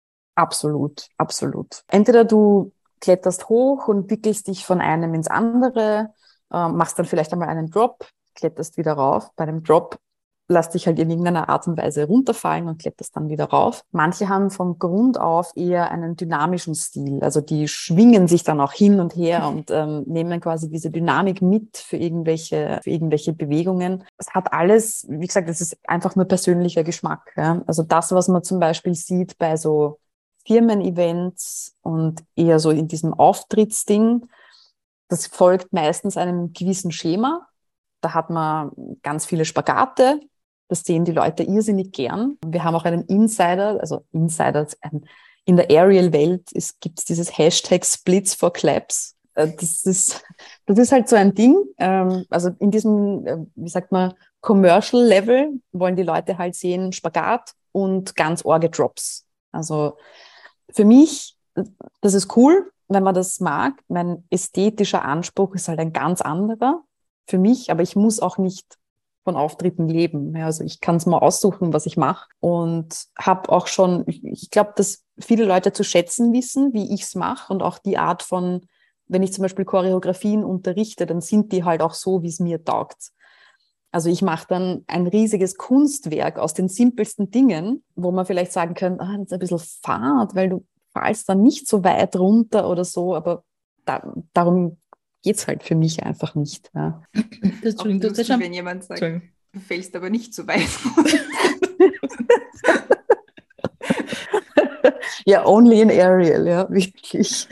Absolut, absolut. Entweder du kletterst hoch und wickelst dich von einem ins andere, äh, machst dann vielleicht einmal einen Drop, kletterst wieder rauf. Bei einem Drop lass dich halt in irgendeiner Art und Weise runterfallen und kletterst dann wieder rauf. Manche haben vom Grund auf eher einen dynamischen Stil, also die schwingen sich dann auch hin und her und ähm, nehmen quasi diese Dynamik mit für irgendwelche, für irgendwelche Bewegungen. Es hat alles, wie gesagt, es ist einfach nur persönlicher Geschmack. Ja? Also das, was man zum Beispiel sieht bei so Firmen-Events und eher so in diesem Auftrittsding, das folgt meistens einem gewissen Schema. Da hat man ganz viele Spagate. Das sehen die Leute irrsinnig gern. Wir haben auch einen Insider, also Insider, in der Aerial-Welt gibt es dieses Hashtag Splits for Claps. Das ist, das ist halt so ein Ding. Also in diesem, wie sagt man, Commercial-Level wollen die Leute halt sehen, Spagat, und ganz orge Drops. Also für mich, das ist cool, wenn man das mag. Mein ästhetischer Anspruch ist halt ein ganz anderer für mich, aber ich muss auch nicht von Auftritten leben. Ja, also ich kann es mal aussuchen, was ich mache, und habe auch schon, ich, ich glaube, dass viele Leute zu schätzen wissen, wie ich es mache, und auch die Art von, wenn ich zum Beispiel Choreografien unterrichte, dann sind die halt auch so, wie es mir taugt. Also ich mache dann ein riesiges Kunstwerk aus den simpelsten Dingen, wo man vielleicht sagen kann, ah, das ist ein bisschen fad, weil du fallst dann nicht so weit runter oder so, aber da, darum geht's halt für mich einfach nicht. Ja. Das ist lustig, schon, wenn jemand sagt, du fällst aber nicht so weit. Ja, only in Ariel, ja, wirklich.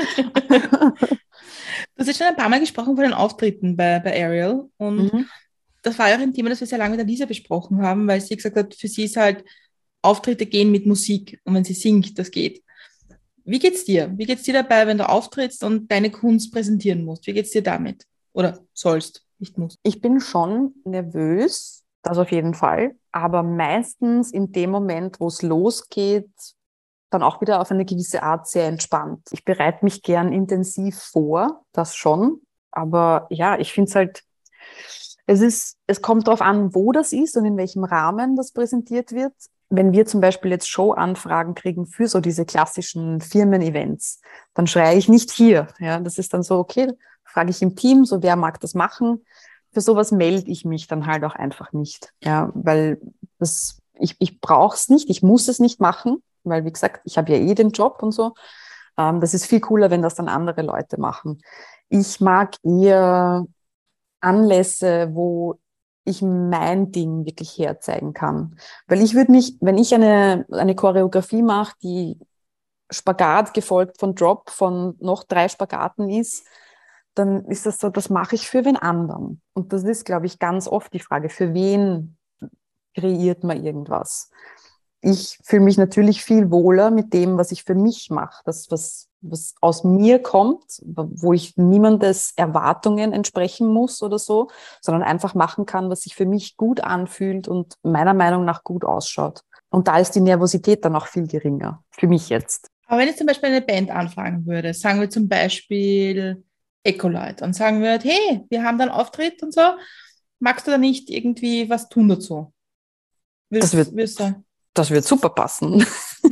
Du hast jetzt schon ein paar Mal gesprochen von den Auftritten bei, bei Ariel, und mhm. das war ja auch ein Thema, das wir sehr lange mit der Lisa besprochen haben, weil sie gesagt hat, für sie ist halt, Auftritte gehen mit Musik, und wenn sie singt, das geht. Wie geht's dir? Wie geht's dir dabei, wenn du auftrittst und deine Kunst präsentieren musst? Wie geht's dir damit? Oder sollst, nicht musst? Ich bin schon nervös, das auf jeden Fall, aber meistens in dem Moment, wo es losgeht, dann auch wieder auf eine gewisse Art sehr entspannt. Ich bereite mich gern intensiv vor, das schon, aber ja, ich finde es halt, es ist, es kommt darauf an, wo das ist und in welchem Rahmen das präsentiert wird. Wenn wir zum Beispiel jetzt Showanfragen kriegen für so diese klassischen Firmen-Events, dann schreie ich nicht hier. Ja, das ist dann so, okay, frage ich im Team, so wer mag das machen. Für sowas melde ich mich dann halt auch einfach nicht. Ja, weil das, ich, ich brauche es nicht, ich muss es nicht machen, weil wie gesagt, ich habe ja eh den Job und so. Ähm, das ist viel cooler, wenn das dann andere Leute machen. Ich mag eher Anlässe, wo ich mein Ding wirklich herzeigen kann. Weil ich würde mich, wenn ich eine, eine Choreografie mache, die Spagat gefolgt von Drop von noch drei Spagaten ist, dann ist das so, das mache ich für wen anderen. Und das ist, glaube ich, ganz oft die Frage, für wen kreiert man irgendwas? Ich fühle mich natürlich viel wohler mit dem, was ich für mich mache. Das, was, was aus mir kommt, wo ich niemandes Erwartungen entsprechen muss oder so, sondern einfach machen kann, was sich für mich gut anfühlt und meiner Meinung nach gut ausschaut. Und da ist die Nervosität dann auch viel geringer, für mich jetzt. Aber wenn ich zum Beispiel eine Band anfragen würde, sagen wir zum Beispiel Ecolight, und sagen wir, hey, wir haben da einen Auftritt und so, magst du da nicht irgendwie was tun dazu? Willst, das wird... Willst du Das wird super passen.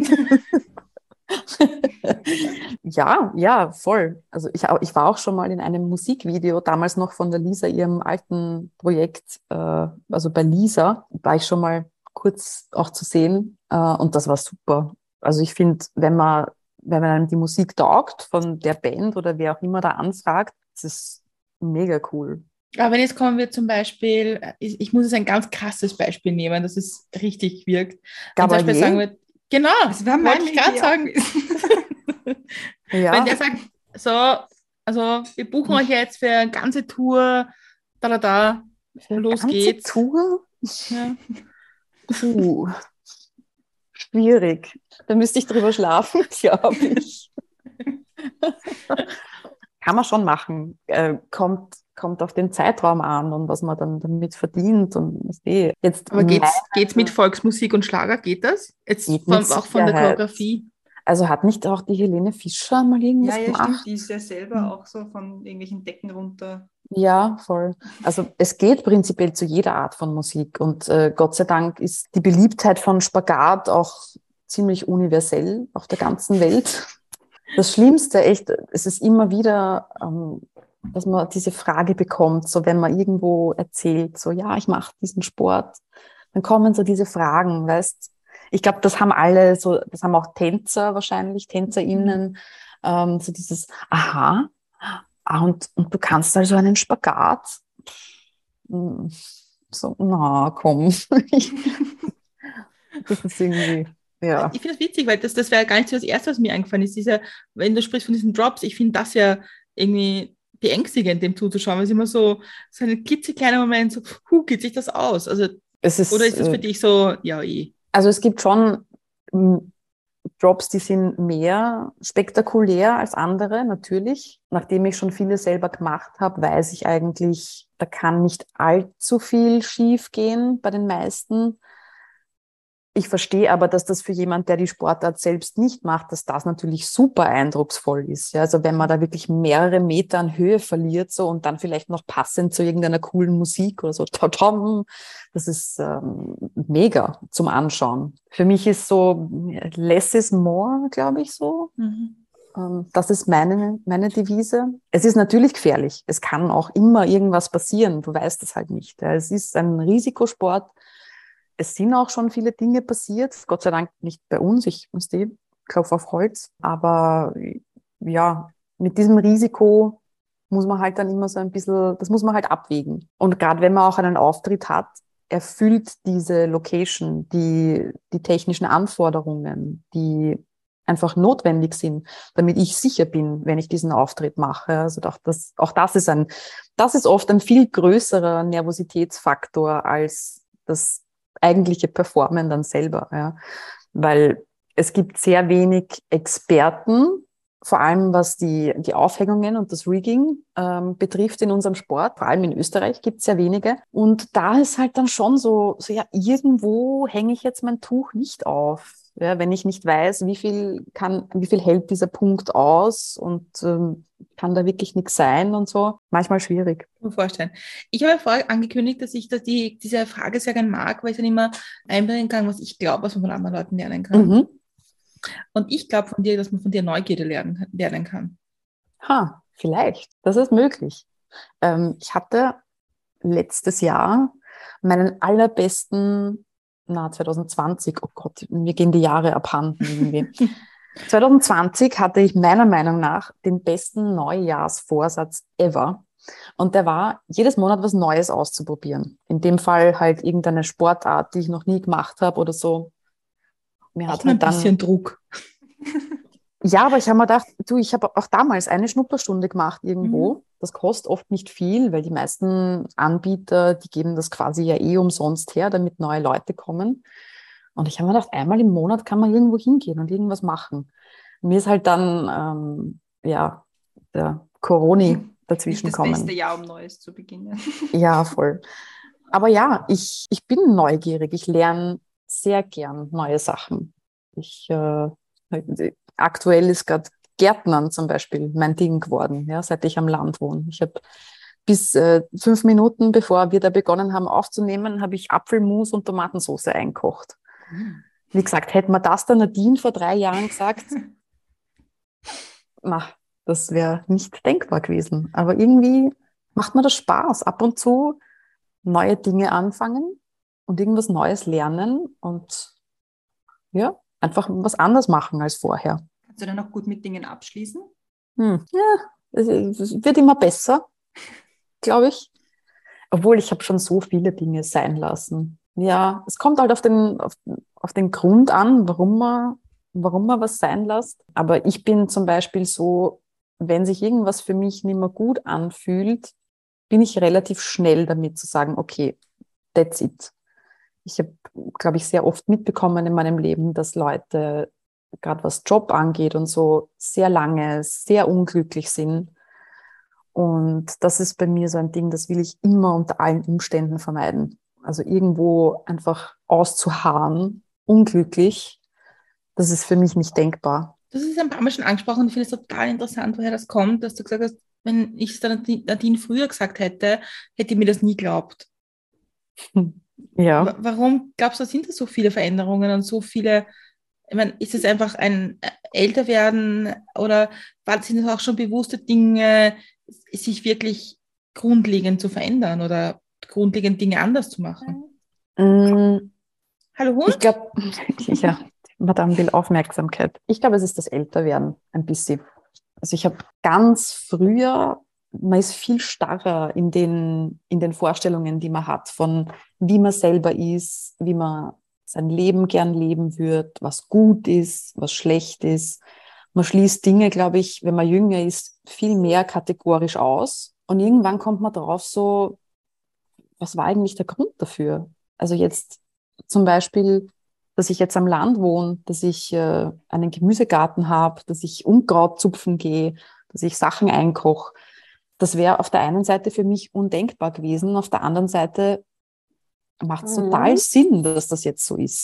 ja, ja, voll. Also ich, ich war auch schon mal in einem Musikvideo, damals noch von der Lisa, ihrem alten Projekt, äh, also bei Lisa, war ich schon mal kurz auch zu sehen, äh, und das war super. Also ich finde, wenn man, wenn man einem die Musik taugt von der Band oder wer auch immer da anfragt, das ist mega cool. Aber wenn jetzt kommen wir zum Beispiel, ich, ich muss jetzt ein ganz krasses Beispiel nehmen, dass es richtig wirkt. Wenn zum Beispiel sagen wir, genau, das wollte ich gerade sagen. Ja. Wenn der sagt, so, also wir buchen euch jetzt für eine ganze Tour, da, da, da, los ganze geht's. Tour? Ja. Puh, schwierig. Da müsste ich drüber schlafen, glaube ich. Kann man schon machen. Äh, kommt, kommt auf den Zeitraum an und was man dann damit verdient und was eh. Jetzt Aber geht's, geht's mit Volksmusik und Schlager? Geht das? Jetzt von, auch von der Choreografie? Also hat nicht auch die Helene Fischer mal irgendwas ja, ja, gemacht? Stimmt, die ist ja selber mhm. auch so von irgendwelchen Decken runter. Ja, voll. Also es geht prinzipiell zu jeder Art von Musik und äh, Gott sei Dank ist die Beliebtheit von Spagat auch ziemlich universell auf der ganzen Welt. Das Schlimmste, echt, es ist immer wieder, ähm, dass man diese Frage bekommt, so wenn man irgendwo erzählt, so ja, ich mache diesen Sport, dann kommen so diese Fragen, weißt. Ich glaube, das haben alle, so, das haben auch Tänzer wahrscheinlich, TänzerInnen, ähm, so dieses, aha, ah, und, und du kannst also einen Spagat. So, na, komm. Das ist irgendwie... Ja. Ich finde das witzig, weil das, das wäre gar nicht so das Erste, was mir eingefallen ist. Dieser, wenn du sprichst von diesen Drops, ich finde das ja irgendwie beängstigend, dem zuzuschauen, weil es immer so, so ein klitzekleiner Moment, so, huh, geht sich das aus? Also, es ist, oder ist das für äh, dich so, ja, eh? Also es gibt schon m, Drops, die sind mehr spektakulär als andere, natürlich. Nachdem ich schon viele selber gemacht habe, weiß ich eigentlich, da kann nicht allzu viel schief gehen bei den meisten. Ich verstehe aber, dass das für jemand, der die Sportart selbst nicht macht, dass das natürlich super eindrucksvoll ist. Ja, also wenn man da wirklich mehrere Meter an Höhe verliert so und dann vielleicht noch passend zu irgendeiner coolen Musik oder so, tom, das ist ähm, mega zum Anschauen. Für mich ist so less is more, glaube ich so. Mhm. Ähm, das ist meine, meine Devise. Es ist natürlich gefährlich. Es kann auch immer irgendwas passieren. Du weißt es halt nicht. Ja. Es ist ein Risikosport. Es sind auch schon viele Dinge passiert, Gott sei Dank nicht bei uns, ich muss die klopfe auf Holz, aber ja, mit diesem Risiko muss man halt dann immer so ein bisschen, das muss man halt abwägen. Und gerade wenn man auch einen Auftritt hat, erfüllt diese Location die, die technischen Anforderungen, die einfach notwendig sind, damit ich sicher bin, wenn ich diesen Auftritt mache. Also auch das, auch das ist ein, das ist oft ein viel größerer Nervositätsfaktor als das eigentliche Performen dann selber, ja. Weil es gibt sehr wenig Experten, vor allem was die, die Aufhängungen und das Rigging ähm, betrifft in unserem Sport. Vor allem in Österreich gibt es sehr wenige. Und da ist halt dann schon so, so ja, irgendwo hänge ich jetzt mein Tuch nicht auf. Ja, wenn ich nicht weiß, wie viel kann, wie viel hält dieser Punkt aus und ähm, kann da wirklich nichts sein und so. Manchmal schwierig. Ich kann mir vorstellen. Ich habe ja vorher angekündigt, dass ich dass die, diese Frage sehr gerne mag, weil ich dann immer einbringen kann, was ich glaube, was man von anderen Leuten lernen kann. Mhm. Und ich glaube von dir, dass man von dir Neugierde lernen, lernen kann. Ha, vielleicht. Das ist möglich. Ähm, ich hatte letztes Jahr meinen allerbesten na, zwanzig zwanzig, oh Gott, mir gehen die Jahre abhanden irgendwie. zwanzig zwanzig hatte ich meiner Meinung nach den besten Neujahrsvorsatz ever. Und der war, jedes Monat was Neues auszuprobieren. In dem Fall halt irgendeine Sportart, die ich noch nie gemacht habe oder so. Mir hat halt ein bisschen dann, Druck. Ja, aber ich habe mir gedacht, du, ich habe auch damals eine Schnupperstunde gemacht irgendwo. Mhm. Das kostet oft nicht viel, weil die meisten Anbieter, die geben das quasi ja eh umsonst her, damit neue Leute kommen. Und ich habe mir gedacht, einmal im Monat kann man irgendwo hingehen und irgendwas machen. Mir ist halt dann, ähm, ja, der Corona dazwischen nicht das kommen. beste Jahr, um Neues zu beginnen. Ja, voll. Aber ja, ich, ich bin neugierig. Ich lerne sehr gern neue Sachen. Ich, äh, aktuell ist gerade Gärtnern zum Beispiel mein Ding geworden, ja, seit ich am Land wohne. Ich habe bis äh, fünf Minuten, bevor wir da begonnen haben aufzunehmen, habe ich Apfelmus und Tomatensauce eingekocht. Mhm. Wie gesagt, hätte mir das der Nadine vor drei Jahren gesagt, na, das wäre nicht denkbar gewesen. Aber irgendwie macht mir das Spaß, ab und zu neue Dinge anfangen und irgendwas Neues lernen und ja, einfach was anderes machen als vorher. Kannst du dann auch gut mit Dingen abschließen? Hm. Ja, es, es wird immer besser, glaube ich. Obwohl, ich habe schon so viele Dinge sein lassen. Ja, es kommt halt auf den, auf, auf den Grund an, warum man, warum man was sein lässt. Aber ich bin zum Beispiel so, wenn sich irgendwas für mich nicht mehr gut anfühlt, bin ich relativ schnell damit zu sagen, okay, that's it. Ich habe, glaube ich, sehr oft mitbekommen in meinem Leben, dass Leute, gerade was Job angeht und so, sehr lange, sehr unglücklich sind. Und das ist bei mir so ein Ding, das will ich immer unter allen Umständen vermeiden. Also irgendwo einfach auszuharren, unglücklich, das ist für mich nicht denkbar. Das ist ein paar Mal schon angesprochen und ich finde es total interessant, woher das kommt, dass du gesagt hast, wenn ich es der Nadine früher gesagt hätte, hätte ich mir das nie geglaubt. Ja. Warum glaubst du, sind da so viele Veränderungen und so viele, ich meine, ist es einfach ein Älterwerden oder sind es auch schon bewusste Dinge, sich wirklich grundlegend zu verändern oder grundlegend Dinge anders zu machen? Mm, Hallo Hund? Ich glaube, ja, Madame will Aufmerksamkeit. Ich glaube, es ist das Älterwerden ein bisschen. Also ich habe ganz früher, man ist viel starrer in den, in den Vorstellungen, die man hat, von wie man selber ist, wie man sein Leben gern leben wird, was gut ist, was schlecht ist. Man schließt Dinge, glaube ich, wenn man jünger ist, viel mehr kategorisch aus. Und irgendwann kommt man drauf so, was war eigentlich der Grund dafür? Also jetzt zum Beispiel, dass ich jetzt am Land wohne, dass ich äh, einen Gemüsegarten habe, dass ich Unkraut zupfen gehe, dass ich Sachen einkoche. Das wäre auf der einen Seite für mich undenkbar gewesen, auf der anderen Seite macht es mhm. total Sinn, dass das jetzt so ist.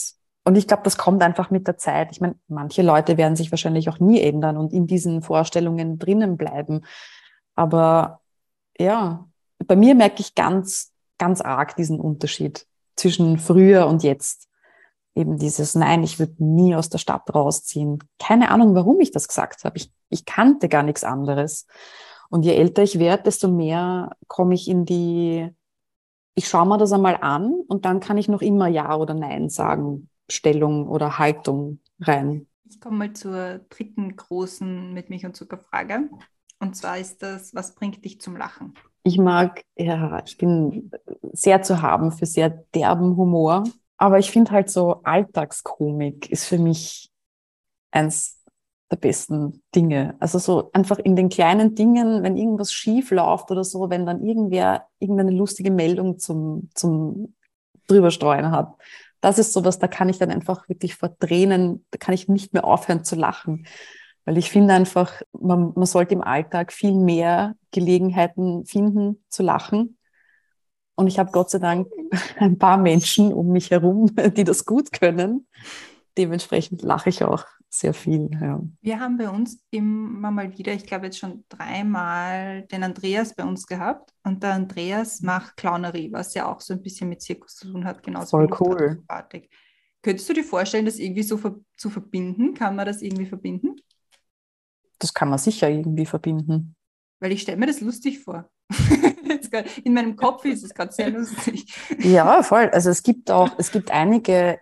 Und ich glaube, das kommt einfach mit der Zeit. Ich meine, manche Leute werden sich wahrscheinlich auch nie ändern und in diesen Vorstellungen drinnen bleiben. Aber ja, bei mir merke ich ganz, ganz arg diesen Unterschied zwischen früher und jetzt. Eben dieses, nein, ich würde nie aus der Stadt rausziehen. Keine Ahnung, warum ich das gesagt habe. Ich, ich kannte gar nichts anderes. Und je älter ich werde, desto mehr komme ich in die, ich schaue mir das einmal an und dann kann ich noch immer Ja oder Nein sagen, Stellung oder Haltung rein. Ich komme mal zur dritten großen mit Milch und Zucker Frage. Und zwar ist das, was bringt dich zum Lachen? Ich mag, ja, ich bin sehr zu haben für sehr derben Humor. Aber ich finde halt so Alltagskomik ist für mich eins der besten Dinge. Also so einfach in den kleinen Dingen, wenn irgendwas schief läuft oder so, wenn dann irgendwer irgendeine lustige Meldung zum, zum Drüberstreuen hat. Das ist sowas, da kann ich dann einfach wirklich vor Tränen, da kann ich nicht mehr aufhören zu lachen. Weil ich finde einfach, man, man sollte im Alltag viel mehr Gelegenheiten finden zu lachen. Und ich habe Gott sei Dank ein paar Menschen um mich herum, die das gut können. Dementsprechend lache ich auch sehr viel. Ja. Wir haben bei uns immer mal wieder, ich glaube jetzt schon dreimal, den Andreas bei uns gehabt. Und der Andreas macht Clownerie, was ja auch so ein bisschen mit Zirkus zu tun hat, genauso Voll wie cool. Akrobatik. Könntest du dir vorstellen, das irgendwie so ver- zu verbinden? Kann man das irgendwie verbinden? Das kann man sicher irgendwie verbinden. Weil ich stelle mir das lustig vor. In meinem Kopf ist es gerade sehr lustig. Ja, voll. Also es gibt auch, es gibt einige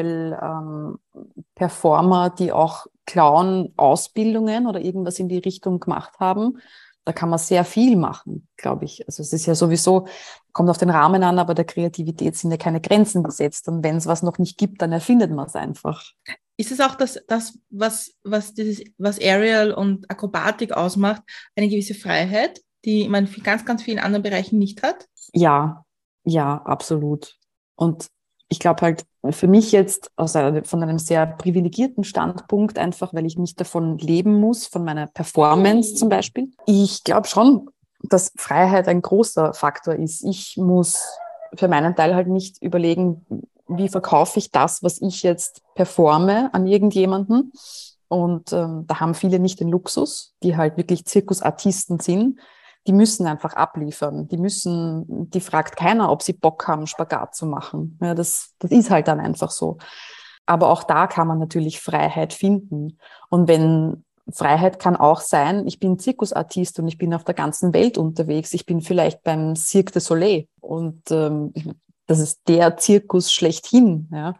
Aerial-Performer, ähm, die auch Clown-Ausbildungen oder irgendwas in die Richtung gemacht haben. Da kann man sehr viel machen, glaube ich. Also es ist ja sowieso, kommt auf den Rahmen an, aber der Kreativität sind ja keine Grenzen gesetzt. Und wenn es was noch nicht gibt, dann erfindet man es einfach. Ist es auch das, das was, was, dieses, was Aerial und Akrobatik ausmacht, eine gewisse Freiheit, die man in ganz, ganz vielen anderen Bereichen nicht hat? Ja, ja, absolut. Und ich glaube halt für mich jetzt aus einer, von einem sehr privilegierten Standpunkt, einfach weil ich nicht davon leben muss, von meiner Performance zum Beispiel. Ich glaube schon, dass Freiheit ein großer Faktor ist. Ich muss für meinen Teil halt nicht überlegen, wie verkaufe ich das, was ich jetzt performe an irgendjemanden. Und ähm, da haben viele nicht den Luxus, die halt wirklich Zirkusartisten sind. Die müssen einfach abliefern. Die müssen, die fragt keiner, ob sie Bock haben, Spagat zu machen. Ja, das, das ist halt dann einfach so. Aber auch da kann man natürlich Freiheit finden. Und wenn Freiheit kann auch sein, ich bin Zirkusartist und ich bin auf der ganzen Welt unterwegs. Ich bin vielleicht beim Cirque du Soleil und ähm, das ist der Zirkus schlechthin. Ja.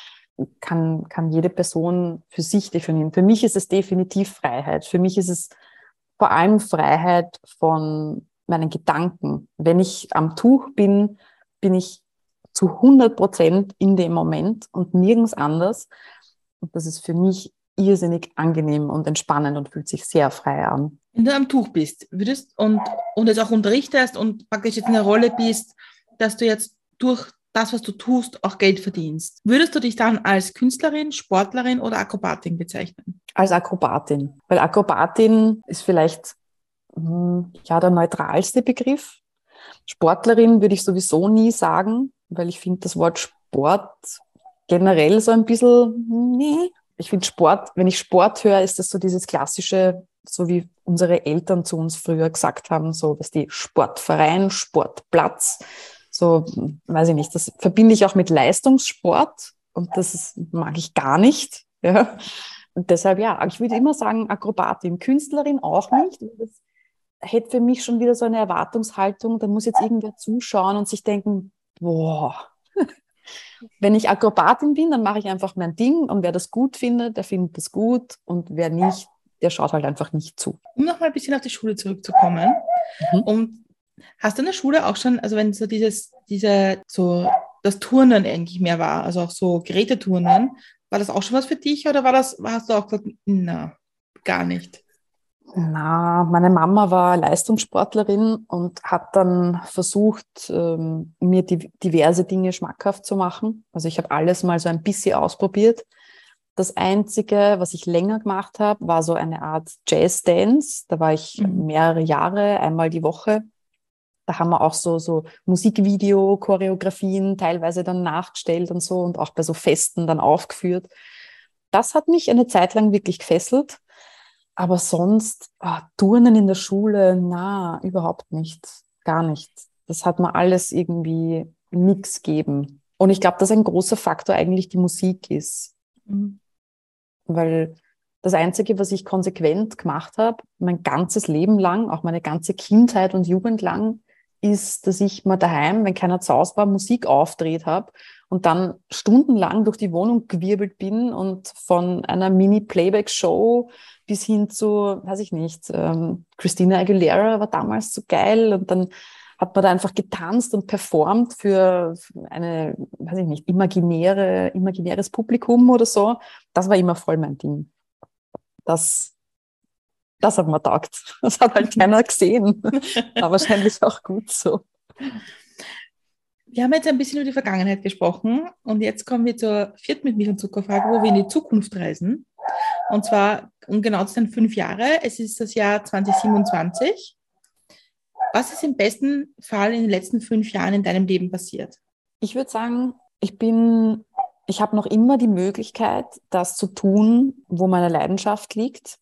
Kann, kann jede Person für sich definieren. Für mich ist es definitiv Freiheit. Für mich ist es vor allem Freiheit von meinen Gedanken. Wenn ich am Tuch bin, bin ich zu hundert Prozent in dem Moment und nirgends anders. Und das ist für mich irrsinnig angenehm und entspannend und fühlt sich sehr frei an. Wenn du am Tuch bist würdest und, und jetzt auch unterrichtest und praktisch jetzt in der Rolle bist, dass du jetzt durch das, was du tust, auch Geld verdienst, würdest du dich dann als Künstlerin, Sportlerin oder Akrobatin bezeichnen? Als Akrobatin. Weil Akrobatin ist vielleicht hm, ja, der neutralste Begriff. Sportlerin würde ich sowieso nie sagen, weil ich finde das Wort Sport generell so ein bisschen, nee. Ich finde Sport, wenn ich Sport höre, ist das so dieses klassische, so wie unsere Eltern zu uns früher gesagt haben, so dass die Sportverein, Sportplatz, so, weiß ich nicht, das verbinde ich auch mit Leistungssport und das ist, mag ich gar nicht. Ja. Und deshalb, ja, ich würde immer sagen, Akrobatin, Künstlerin auch nicht. Das hätte für mich schon wieder so eine Erwartungshaltung, da muss jetzt irgendwer zuschauen und sich denken, boah, wenn ich Akrobatin bin, dann mache ich einfach mein Ding und wer das gut findet, der findet das gut und wer nicht, der schaut halt einfach nicht zu. Um noch mal ein bisschen auf die Schule zurückzukommen. Mhm. Und hast du in der Schule auch schon, also wenn so dieses, diese, so das Turnen eigentlich mehr war, also auch so Geräteturnen, war das auch schon was für dich oder war das, hast du auch gesagt, na, gar nicht? Na, meine Mama war Leistungssportlerin und hat dann versucht, ähm, mir die, diverse Dinge schmackhaft zu machen. Also ich habe alles mal so ein bisschen ausprobiert. Das Einzige, was ich länger gemacht habe, war so eine Art Jazz-Dance. Da war ich Mhm. mehrere Jahre, einmal die Woche. Da haben wir auch so, so Musikvideo-Choreografien teilweise dann nachgestellt und so und auch bei so Festen dann aufgeführt. Das hat mich eine Zeit lang wirklich gefesselt. Aber sonst, ah, Turnen in der Schule, na, überhaupt nicht. Gar nicht. Das hat mir alles irgendwie nix gegeben. Und ich glaube, dass ein großer Faktor eigentlich die Musik ist. Mhm. Weil das Einzige, was ich konsequent gemacht habe, mein ganzes Leben lang, auch meine ganze Kindheit und Jugend lang, ist, dass ich mal daheim, wenn keiner zu Hause war, Musik aufgedreht habe und dann stundenlang durch die Wohnung gewirbelt bin und von einer Mini-Playback-Show bis hin zu, weiß ich nicht, ähm, Christina Aguilera war damals so geil und dann hat man da einfach getanzt und performt für eine, weiß ich nicht, imaginäre, imaginäres Publikum oder so. Das war immer voll mein Ding. Das Das hat mir taugt. Das hat halt keiner gesehen. Aber wahrscheinlich auch gut so. Wir haben jetzt ein bisschen über die Vergangenheit gesprochen und jetzt kommen wir zur vierten mit Milch und Zuckerfrage, wo wir in die Zukunft reisen. Und zwar, um genau zu sein, fünf Jahre. Es ist das Jahr zwanzig siebenundzwanzig. Was ist im besten Fall in den letzten fünf Jahren in deinem Leben passiert? Ich würde sagen, ich bin, ich habe noch immer die Möglichkeit, das zu tun, wo meine Leidenschaft liegt.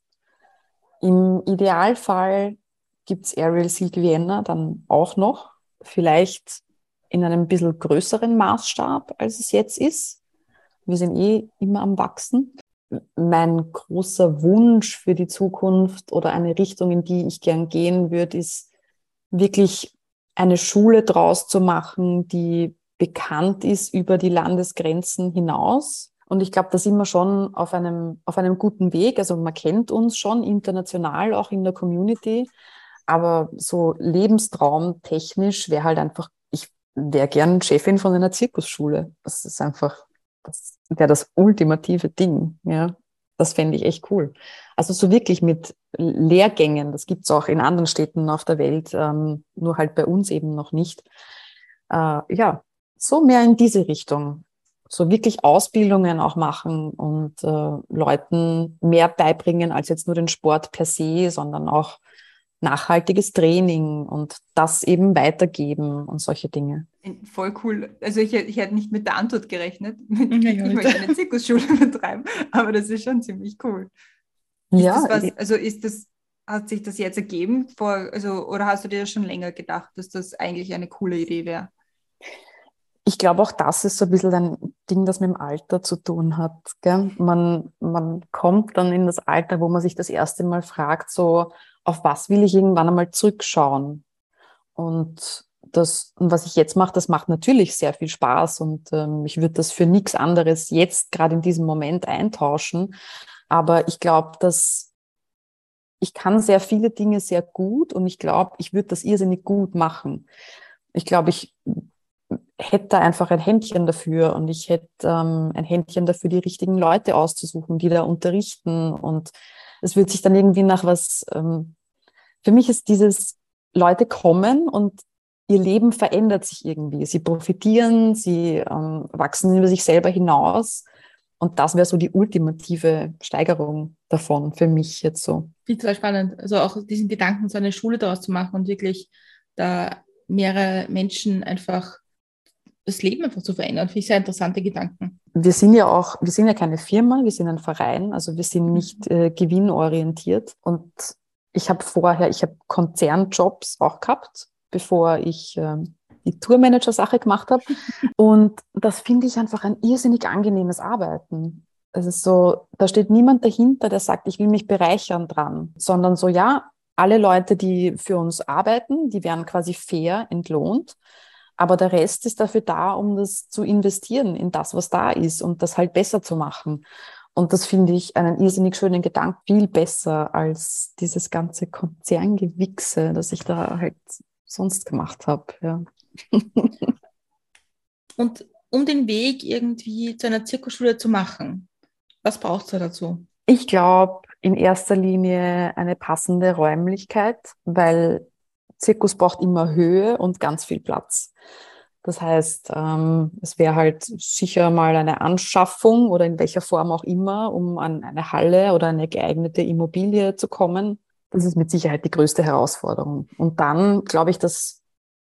Im Idealfall gibt es Aerial Silk Vienna dann auch noch, vielleicht in einem bisschen größeren Maßstab, als es jetzt ist. Wir sind eh immer am Wachsen. Mein großer Wunsch für die Zukunft oder eine Richtung, in die ich gern gehen würde, ist wirklich eine Schule draus zu machen, die bekannt ist über die Landesgrenzen hinaus. Und ich glaube, da sind wir schon auf einem, auf einem guten Weg. Also man kennt uns schon international, auch in der Community. Aber so lebenstraumtechnisch wäre halt einfach, ich wäre gern Chefin von einer Zirkusschule. Das ist einfach, das wäre das ultimative Ding. Ja, das fände ich echt cool. Also so wirklich mit Lehrgängen, das gibt's auch in anderen Städten auf der Welt, ähm, nur halt bei uns eben noch nicht. Äh, ja, so mehr in diese Richtung. So wirklich Ausbildungen auch machen und äh, Leuten mehr beibringen als jetzt nur den Sport per se, sondern auch nachhaltiges Training und das eben weitergeben und solche Dinge. Voll cool. Also ich, ich hätte nicht mit der Antwort gerechnet. Mit, Ja, ich ja, möchte eine Zirkusschule betreiben, aber das ist schon ziemlich cool. Ist Ja, das was, also ist das, hat sich das jetzt ergeben vor, also, oder hast du dir das schon länger gedacht, dass das eigentlich eine coole Idee wäre? ich glaube, auch das ist so ein bisschen ein Ding, das mit dem Alter zu tun hat. Gell? Man, man kommt dann in das Alter, wo man sich das erste Mal fragt, so, auf was will ich irgendwann einmal zurückschauen? Und das, und was ich jetzt mache, das macht natürlich sehr viel Spaß und ähm, ich würde das für nichts anderes jetzt gerade in diesem Moment eintauschen. Aber ich glaube, dass ich kann sehr viele Dinge sehr gut und ich glaube, ich würde das irrsinnig gut machen. Ich glaube, ich hätte da einfach ein Händchen dafür und ich hätte ähm, ein Händchen dafür, die richtigen Leute auszusuchen, die da unterrichten und es wird sich dann irgendwie nach was, ähm, für mich ist dieses, Leute kommen und ihr Leben verändert sich irgendwie. Sie profitieren, sie ähm, wachsen über sich selber hinaus und das wäre so die ultimative Steigerung davon für mich jetzt so. Ich finde es total spannend. Also auch diesen Gedanken, so eine Schule daraus zu machen und wirklich da mehrere Menschen einfach das Leben einfach zu verändern. Finde ich sehr interessante Gedanken. Wir sind ja auch, wir sind ja keine Firma, wir sind ein Verein, also wir sind nicht äh, gewinnorientiert. Und ich habe vorher, ich habe Konzernjobs auch gehabt, bevor ich äh, die Tourmanager-Sache gemacht habe. Und das finde ich einfach ein irrsinnig angenehmes Arbeiten. Es ist so, da steht niemand dahinter, der sagt, ich will mich bereichern dran, sondern so, ja, alle Leute, die für uns arbeiten, die werden quasi fair entlohnt. Aber der Rest ist dafür da, um das zu investieren in das, was da ist und das halt besser zu machen. Und das finde ich einen irrsinnig schönen Gedanken, viel besser als dieses ganze Konzerngewichse, das ich da halt sonst gemacht habe. Ja. Und um den Weg irgendwie zu einer Zirkusschule zu machen, was braucht es da dazu? Ich glaube, in erster Linie eine passende Räumlichkeit, weil Zirkus braucht immer Höhe und ganz viel Platz. Das heißt, ähm, es wäre halt sicher mal eine Anschaffung oder in welcher Form auch immer, um an eine Halle oder eine geeignete Immobilie zu kommen. Das ist mit Sicherheit die größte Herausforderung. Und dann glaube ich, dass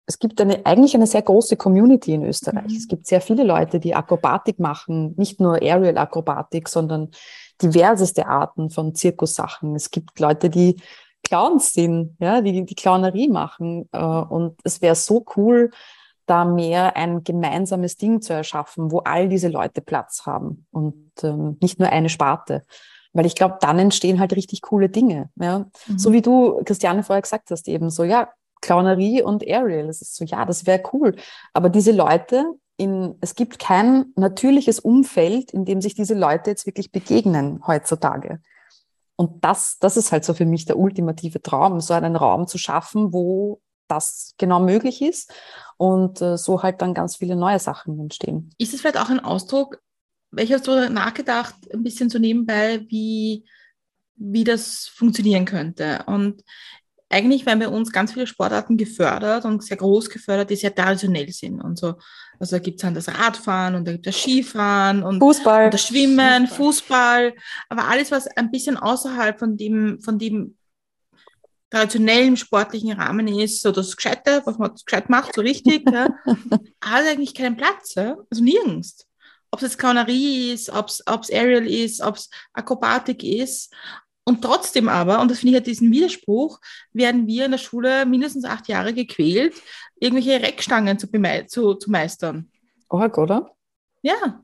es gibt eine, eigentlich eine sehr große Community in Österreich. Mhm. Es gibt sehr viele Leute, die Akrobatik machen, nicht nur Aerial-Akrobatik, sondern diverseste Arten von Zirkussachen. Es gibt Leute, die Clowns sind, ja, die die Clownerie machen. Äh, und es wäre so cool, da mehr ein gemeinsames Ding zu erschaffen, wo all diese Leute Platz haben und ähm, nicht nur eine Sparte. Weil ich glaube, dann entstehen halt richtig coole Dinge. Ja? Mhm. So wie du, Christiane, vorher gesagt hast, eben so, ja, Clownerie und Aerial, das ist so, ja, das wäre cool. Aber diese Leute, in, es gibt kein natürliches Umfeld, in dem sich diese Leute jetzt wirklich begegnen heutzutage. Und das, das ist halt so für mich der ultimative Traum, so einen Raum zu schaffen, wo das genau möglich ist und äh, so halt dann ganz viele neue Sachen entstehen. Ist es vielleicht auch ein Ausdruck, weil ich habe so nachgedacht, ein bisschen so nebenbei, wie, wie das funktionieren könnte. Und eigentlich werden bei uns ganz viele Sportarten gefördert und sehr groß gefördert, die sehr traditionell sind und so. Also da gibt es dann das Radfahren und da gibt es das Skifahren und, Fußball. und das Schwimmen, Fußball. Fußball, aber alles, was ein bisschen außerhalb von dem, von dem traditionellen sportlichen Rahmen ist, so das Gescheite, was man gescheit macht, so richtig, ja, hat eigentlich keinen Platz, ja? Also nirgends. Ob es Clownerie ist, ob es Aerial ist, ob es Akrobatik ist. Und trotzdem aber, und das finde ich halt diesen Widerspruch, werden wir in der Schule mindestens acht Jahre gequält, irgendwelche Reckstangen zu, beme- zu, zu meistern. Org, oder? Ja.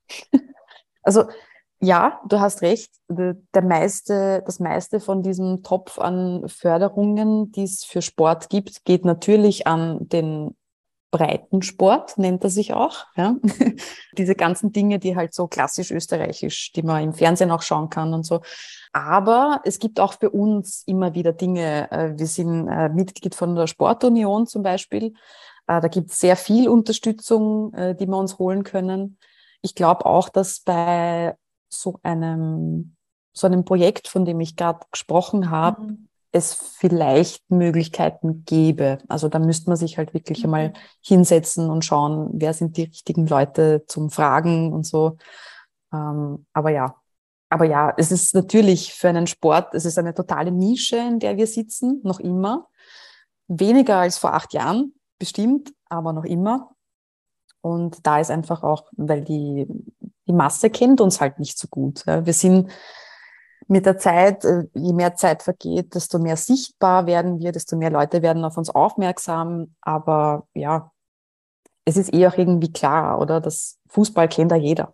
Also ja, du hast recht. Der meiste, das meiste von diesem Topf an Förderungen, die es für Sport gibt, geht natürlich an den Breitensport, nennt er sich auch. Ja? Diese ganzen Dinge, die halt so klassisch österreichisch, die man im Fernsehen auch schauen kann und so. Aber es gibt auch für uns immer wieder Dinge. Wir sind Mitglied von der Sportunion zum Beispiel. Da gibt es sehr viel Unterstützung, die wir uns holen können. Ich glaube auch, dass bei so einem, so einem Projekt, von dem ich gerade gesprochen habe, mhm. es vielleicht Möglichkeiten gäbe. Also da müsste man sich halt wirklich mhm. einmal hinsetzen und schauen, wer sind die richtigen Leute zum Fragen und so. Ähm, aber ja, aber ja, es ist natürlich für einen Sport, es ist eine totale Nische, in der wir sitzen, noch immer. Weniger als vor acht Jahren, bestimmt, aber noch immer. Und da ist einfach auch, weil die, die Masse kennt uns halt nicht so gut. Wir sind mit der Zeit, je mehr Zeit vergeht, desto mehr sichtbar werden wir, desto mehr Leute werden auf uns aufmerksam. Aber ja, es ist eh auch irgendwie klar, oder? Das Fußball kennt ja jeder.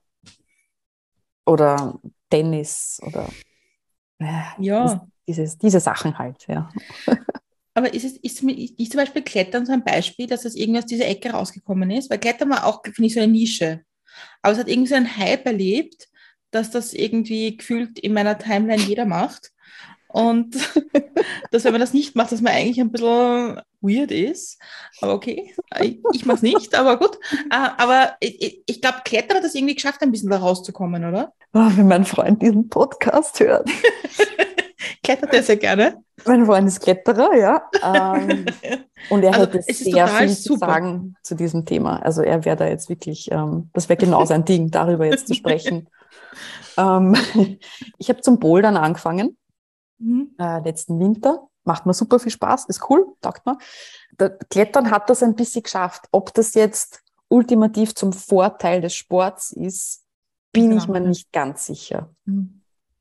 Oder Tennis oder äh, ja. dieses, diese Sachen halt, ja. Aber ist, es, ist, ist zum Beispiel Klettern so ein Beispiel, dass es irgendwie aus dieser Ecke rausgekommen ist? Weil Klettern war auch, finde ich, so eine Nische. Aber es hat irgendwie so einen Hype erlebt, dass das irgendwie gefühlt in meiner Timeline jeder macht. Und dass, wenn man das nicht macht, dass man eigentlich ein bisschen weird ist. Aber okay, ich, ich mache es nicht, aber gut. Aber ich, ich glaube, Klettern hat das irgendwie geschafft, ein bisschen da rauszukommen, oder? Oh, wenn mein Freund diesen Podcast hört. Klettert er sehr gerne? Mein Freund ist Kletterer, ja. Ähm, und er also, hätte sehr viel super. zu sagen zu diesem Thema. Also er wäre da jetzt wirklich, ähm, das wäre genau sein Ding, darüber jetzt zu sprechen. ähm, ich habe zum Bouldern angefangen, mhm. äh, letzten Winter. Macht mir super viel Spaß, ist cool, taugt mir. Der Klettern hat das ein bisschen geschafft. Ob das jetzt ultimativ zum Vorteil des Sports ist, bin genau. ich mir nicht ganz sicher. Mhm.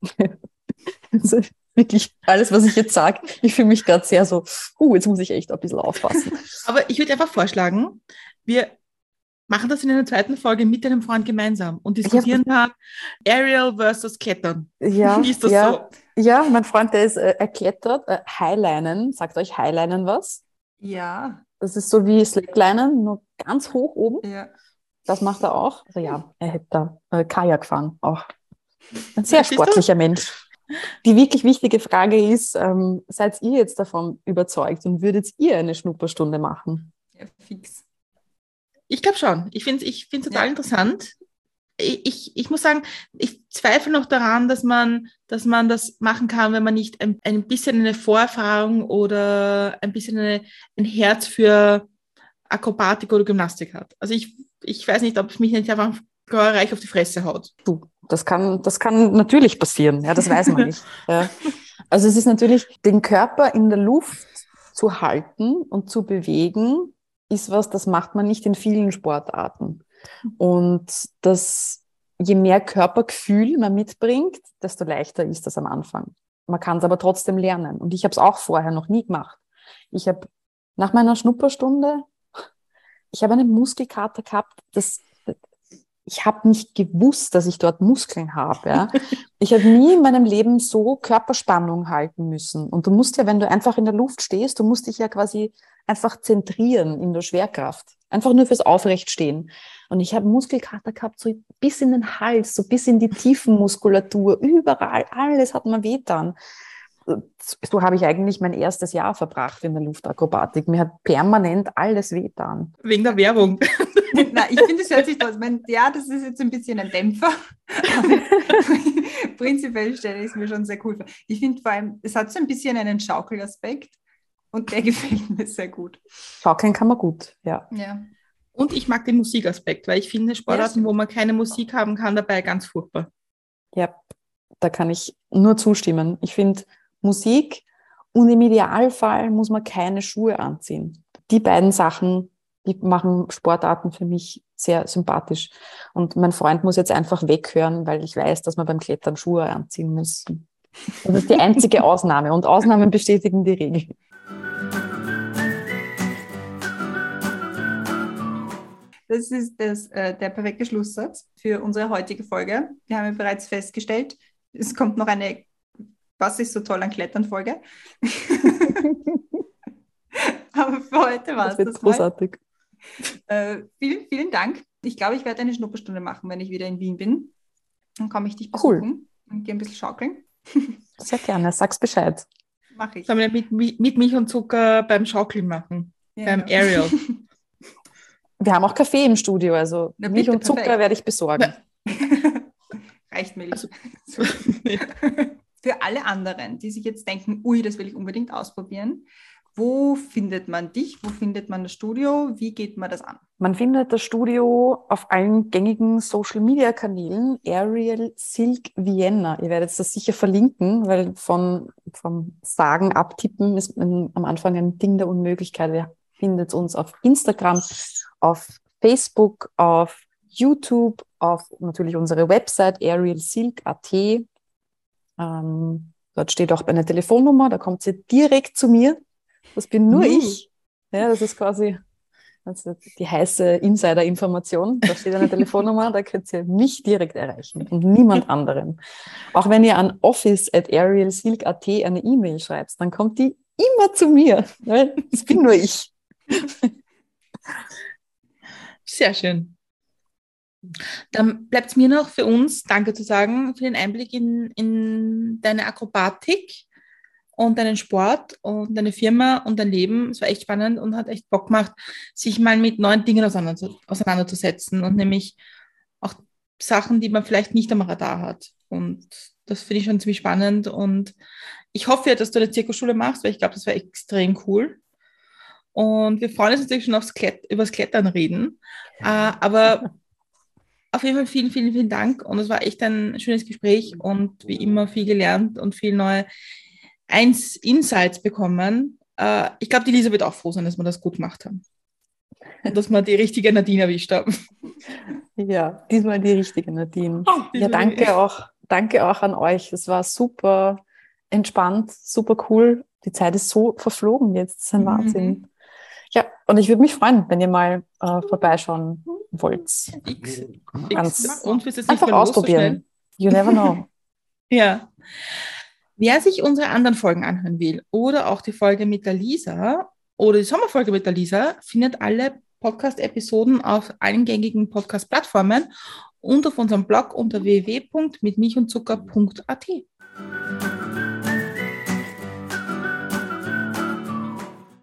Also, wirklich alles, was ich jetzt sage, ich fühle mich gerade sehr so, uh, jetzt muss ich echt ein bisschen aufpassen. Aber ich würde einfach vorschlagen, wir machen das in einer zweiten Folge mit deinem Freund gemeinsam und diskutieren ja. da Aerial versus Klettern. Ja, Wie ist das ja, so? Ja, mein Freund, der ist äh, erklettert, äh, Highlinen, sagt euch Highlinen was? Ja. Das ist so wie Slacklinen, nur ganz hoch oben. Ja. Das macht er auch. Also ja, er hätte da äh, Kajak gefahren, auch. Ein sehr sportlicher Mensch. Die wirklich wichtige Frage ist, ähm, seid ihr jetzt davon überzeugt und würdet ihr eine Schnupperstunde machen? Ja, fix. Ich glaube schon. Ich finde es ich find's total ja. interessant. Ich, ich, ich muss sagen, ich zweifle noch daran, dass man, dass man das machen kann, wenn man nicht ein, ein bisschen eine Vorerfahrung oder ein bisschen eine, ein Herz für Akrobatik oder Gymnastik hat. Also ich, ich weiß nicht, ob es mich nicht einfach reich auf die Fresse haut. Du, das kann, das kann natürlich passieren, ja, das weiß man nicht. Ja. Also es ist natürlich, den Körper in der Luft zu halten und zu bewegen, ist was, das macht man nicht in vielen Sportarten. Und das, je mehr Körpergefühl man mitbringt, desto leichter ist das am Anfang. Man kann es aber trotzdem lernen. Und ich habe es auch vorher noch nie gemacht. Ich habe nach meiner Schnupperstunde, ich habe einen Muskelkater gehabt, das ich habe nicht gewusst, dass ich dort Muskeln habe. Ja. Ich habe nie in meinem Leben so Körperspannung halten müssen. Und du musst ja, wenn du einfach in der Luft stehst, du musst dich ja quasi einfach zentrieren in der Schwerkraft. Einfach nur fürs Aufrechtstehen. Und ich habe Muskelkater gehabt, so bis in den Hals, so bis in die Tiefenmuskulatur, überall, alles hat mir wehgetan. So habe ich eigentlich mein erstes Jahr verbracht in der Luftakrobatik. Mir hat permanent alles wehgetan. Wegen der Werbung. Nein, ich finde, es hört sich aus. Ja, das ist jetzt ein bisschen ein Dämpfer. Aber prinzipiell stelle ich es mir schon sehr cool vor. Ich finde vor allem, es hat so ein bisschen einen Schaukelaspekt und der gefällt mir sehr gut. Schaukeln kann man gut, ja. Ja. Und ich mag den Musikaspekt, weil ich finde Sportarten, ja, wo man keine Musik haben kann, dabei ganz furchtbar. Ja, da kann ich nur zustimmen. Ich finde Musik und im Idealfall muss man keine Schuhe anziehen. Die beiden Sachen, die machen Sportarten für mich sehr sympathisch. Und mein Freund muss jetzt einfach weghören, weil ich weiß, dass man beim Klettern Schuhe anziehen muss. Das ist die einzige Ausnahme. Und Ausnahmen bestätigen die Regel. Das ist das, äh, der perfekte Schlusssatz für unsere heutige Folge. Wir haben ja bereits festgestellt, es kommt noch eine Was ist so toll an Klettern-Folge. Aber für heute war es das. Das wird großartig. Äh, vielen, vielen Dank. Ich glaube, ich werde eine Schnupperstunde machen, wenn ich wieder in Wien bin. Dann komme ich dich besuchen Cool. und gehe ein bisschen schaukeln. Sehr gerne, sag's Bescheid. Mache ich. Sollen wir mit, mit Milch und Zucker beim Schaukeln machen? Ja. Beim Aerial. Wir haben auch Kaffee im Studio, also Na Milch bitte, und Zucker perfekt. werde ich besorgen. Reicht Milch. Also- Für alle anderen, die sich jetzt denken, ui, das will ich unbedingt ausprobieren, wo findet man dich? Wo findet man das Studio? Wie geht man das an? Man findet das Studio auf allen gängigen Social-Media-Kanälen, Aerial Silk Vienna. Ihr werdet das sicher verlinken, weil von, vom Sagen abtippen ist ein, am Anfang ein Ding der Unmöglichkeit. Ihr findet uns auf Instagram, auf Facebook, auf YouTube, auf natürlich unsere Website aerial silk punkt a t. Ähm, dort steht auch eine Telefonnummer, da kommt sie direkt zu mir. Das bin nur Uh. ich. Ja, das ist quasi also die heiße Insider-Information. Da steht eine Telefonnummer, da könnt ihr mich direkt erreichen und niemand anderen. Auch wenn ihr an office at aerial silk punkt a t eine E-Mail schreibt, dann kommt die immer zu mir. Weil das bin nur ich. Sehr schön. Dann bleibt es mir noch für uns Danke zu sagen für den Einblick in, in deine Akrobatik und deinen Sport und deine Firma und dein Leben. Es war echt spannend und hat echt Bock gemacht, sich mal mit neuen Dingen auseinander, auseinanderzusetzen und nämlich auch Sachen, die man vielleicht nicht am Radar hat. Und das finde ich schon ziemlich spannend und ich hoffe ja, dass du eine Zirkusschule machst, weil ich glaube, das wäre extrem cool. Und wir freuen uns natürlich schon aufs Klett- übers Klettern reden, äh, aber auf jeden Fall vielen, vielen, vielen Dank und es war echt ein schönes Gespräch und wie immer viel gelernt und viel neue Eins Insights bekommen. Äh, ich glaube, die Lisa wird auch froh sein, dass wir das gut gemacht haben und dass wir die richtige Nadine erwischt haben. Ja, diesmal die richtige Nadine. Oh, Ja, danke auch, danke auch an euch. Es war super entspannt, super cool. Die Zeit ist so verflogen jetzt, das ist ein Mhm. Wahnsinn. Ja, und ich würde mich freuen, wenn ihr mal äh, vorbeischauen wollt. Fix. Ganz Fix. Und wirst du es nicht einfach mehr los, so schnell? ausprobieren. You never know. Ja. Wer sich unsere anderen Folgen anhören will oder auch die Folge mit der Lisa oder die Sommerfolge mit der Lisa, findet alle Podcast-Episoden auf allen gängigen Podcast-Plattformen und auf unserem Blog unter w w w punkt mit milch und zucker punkt a t.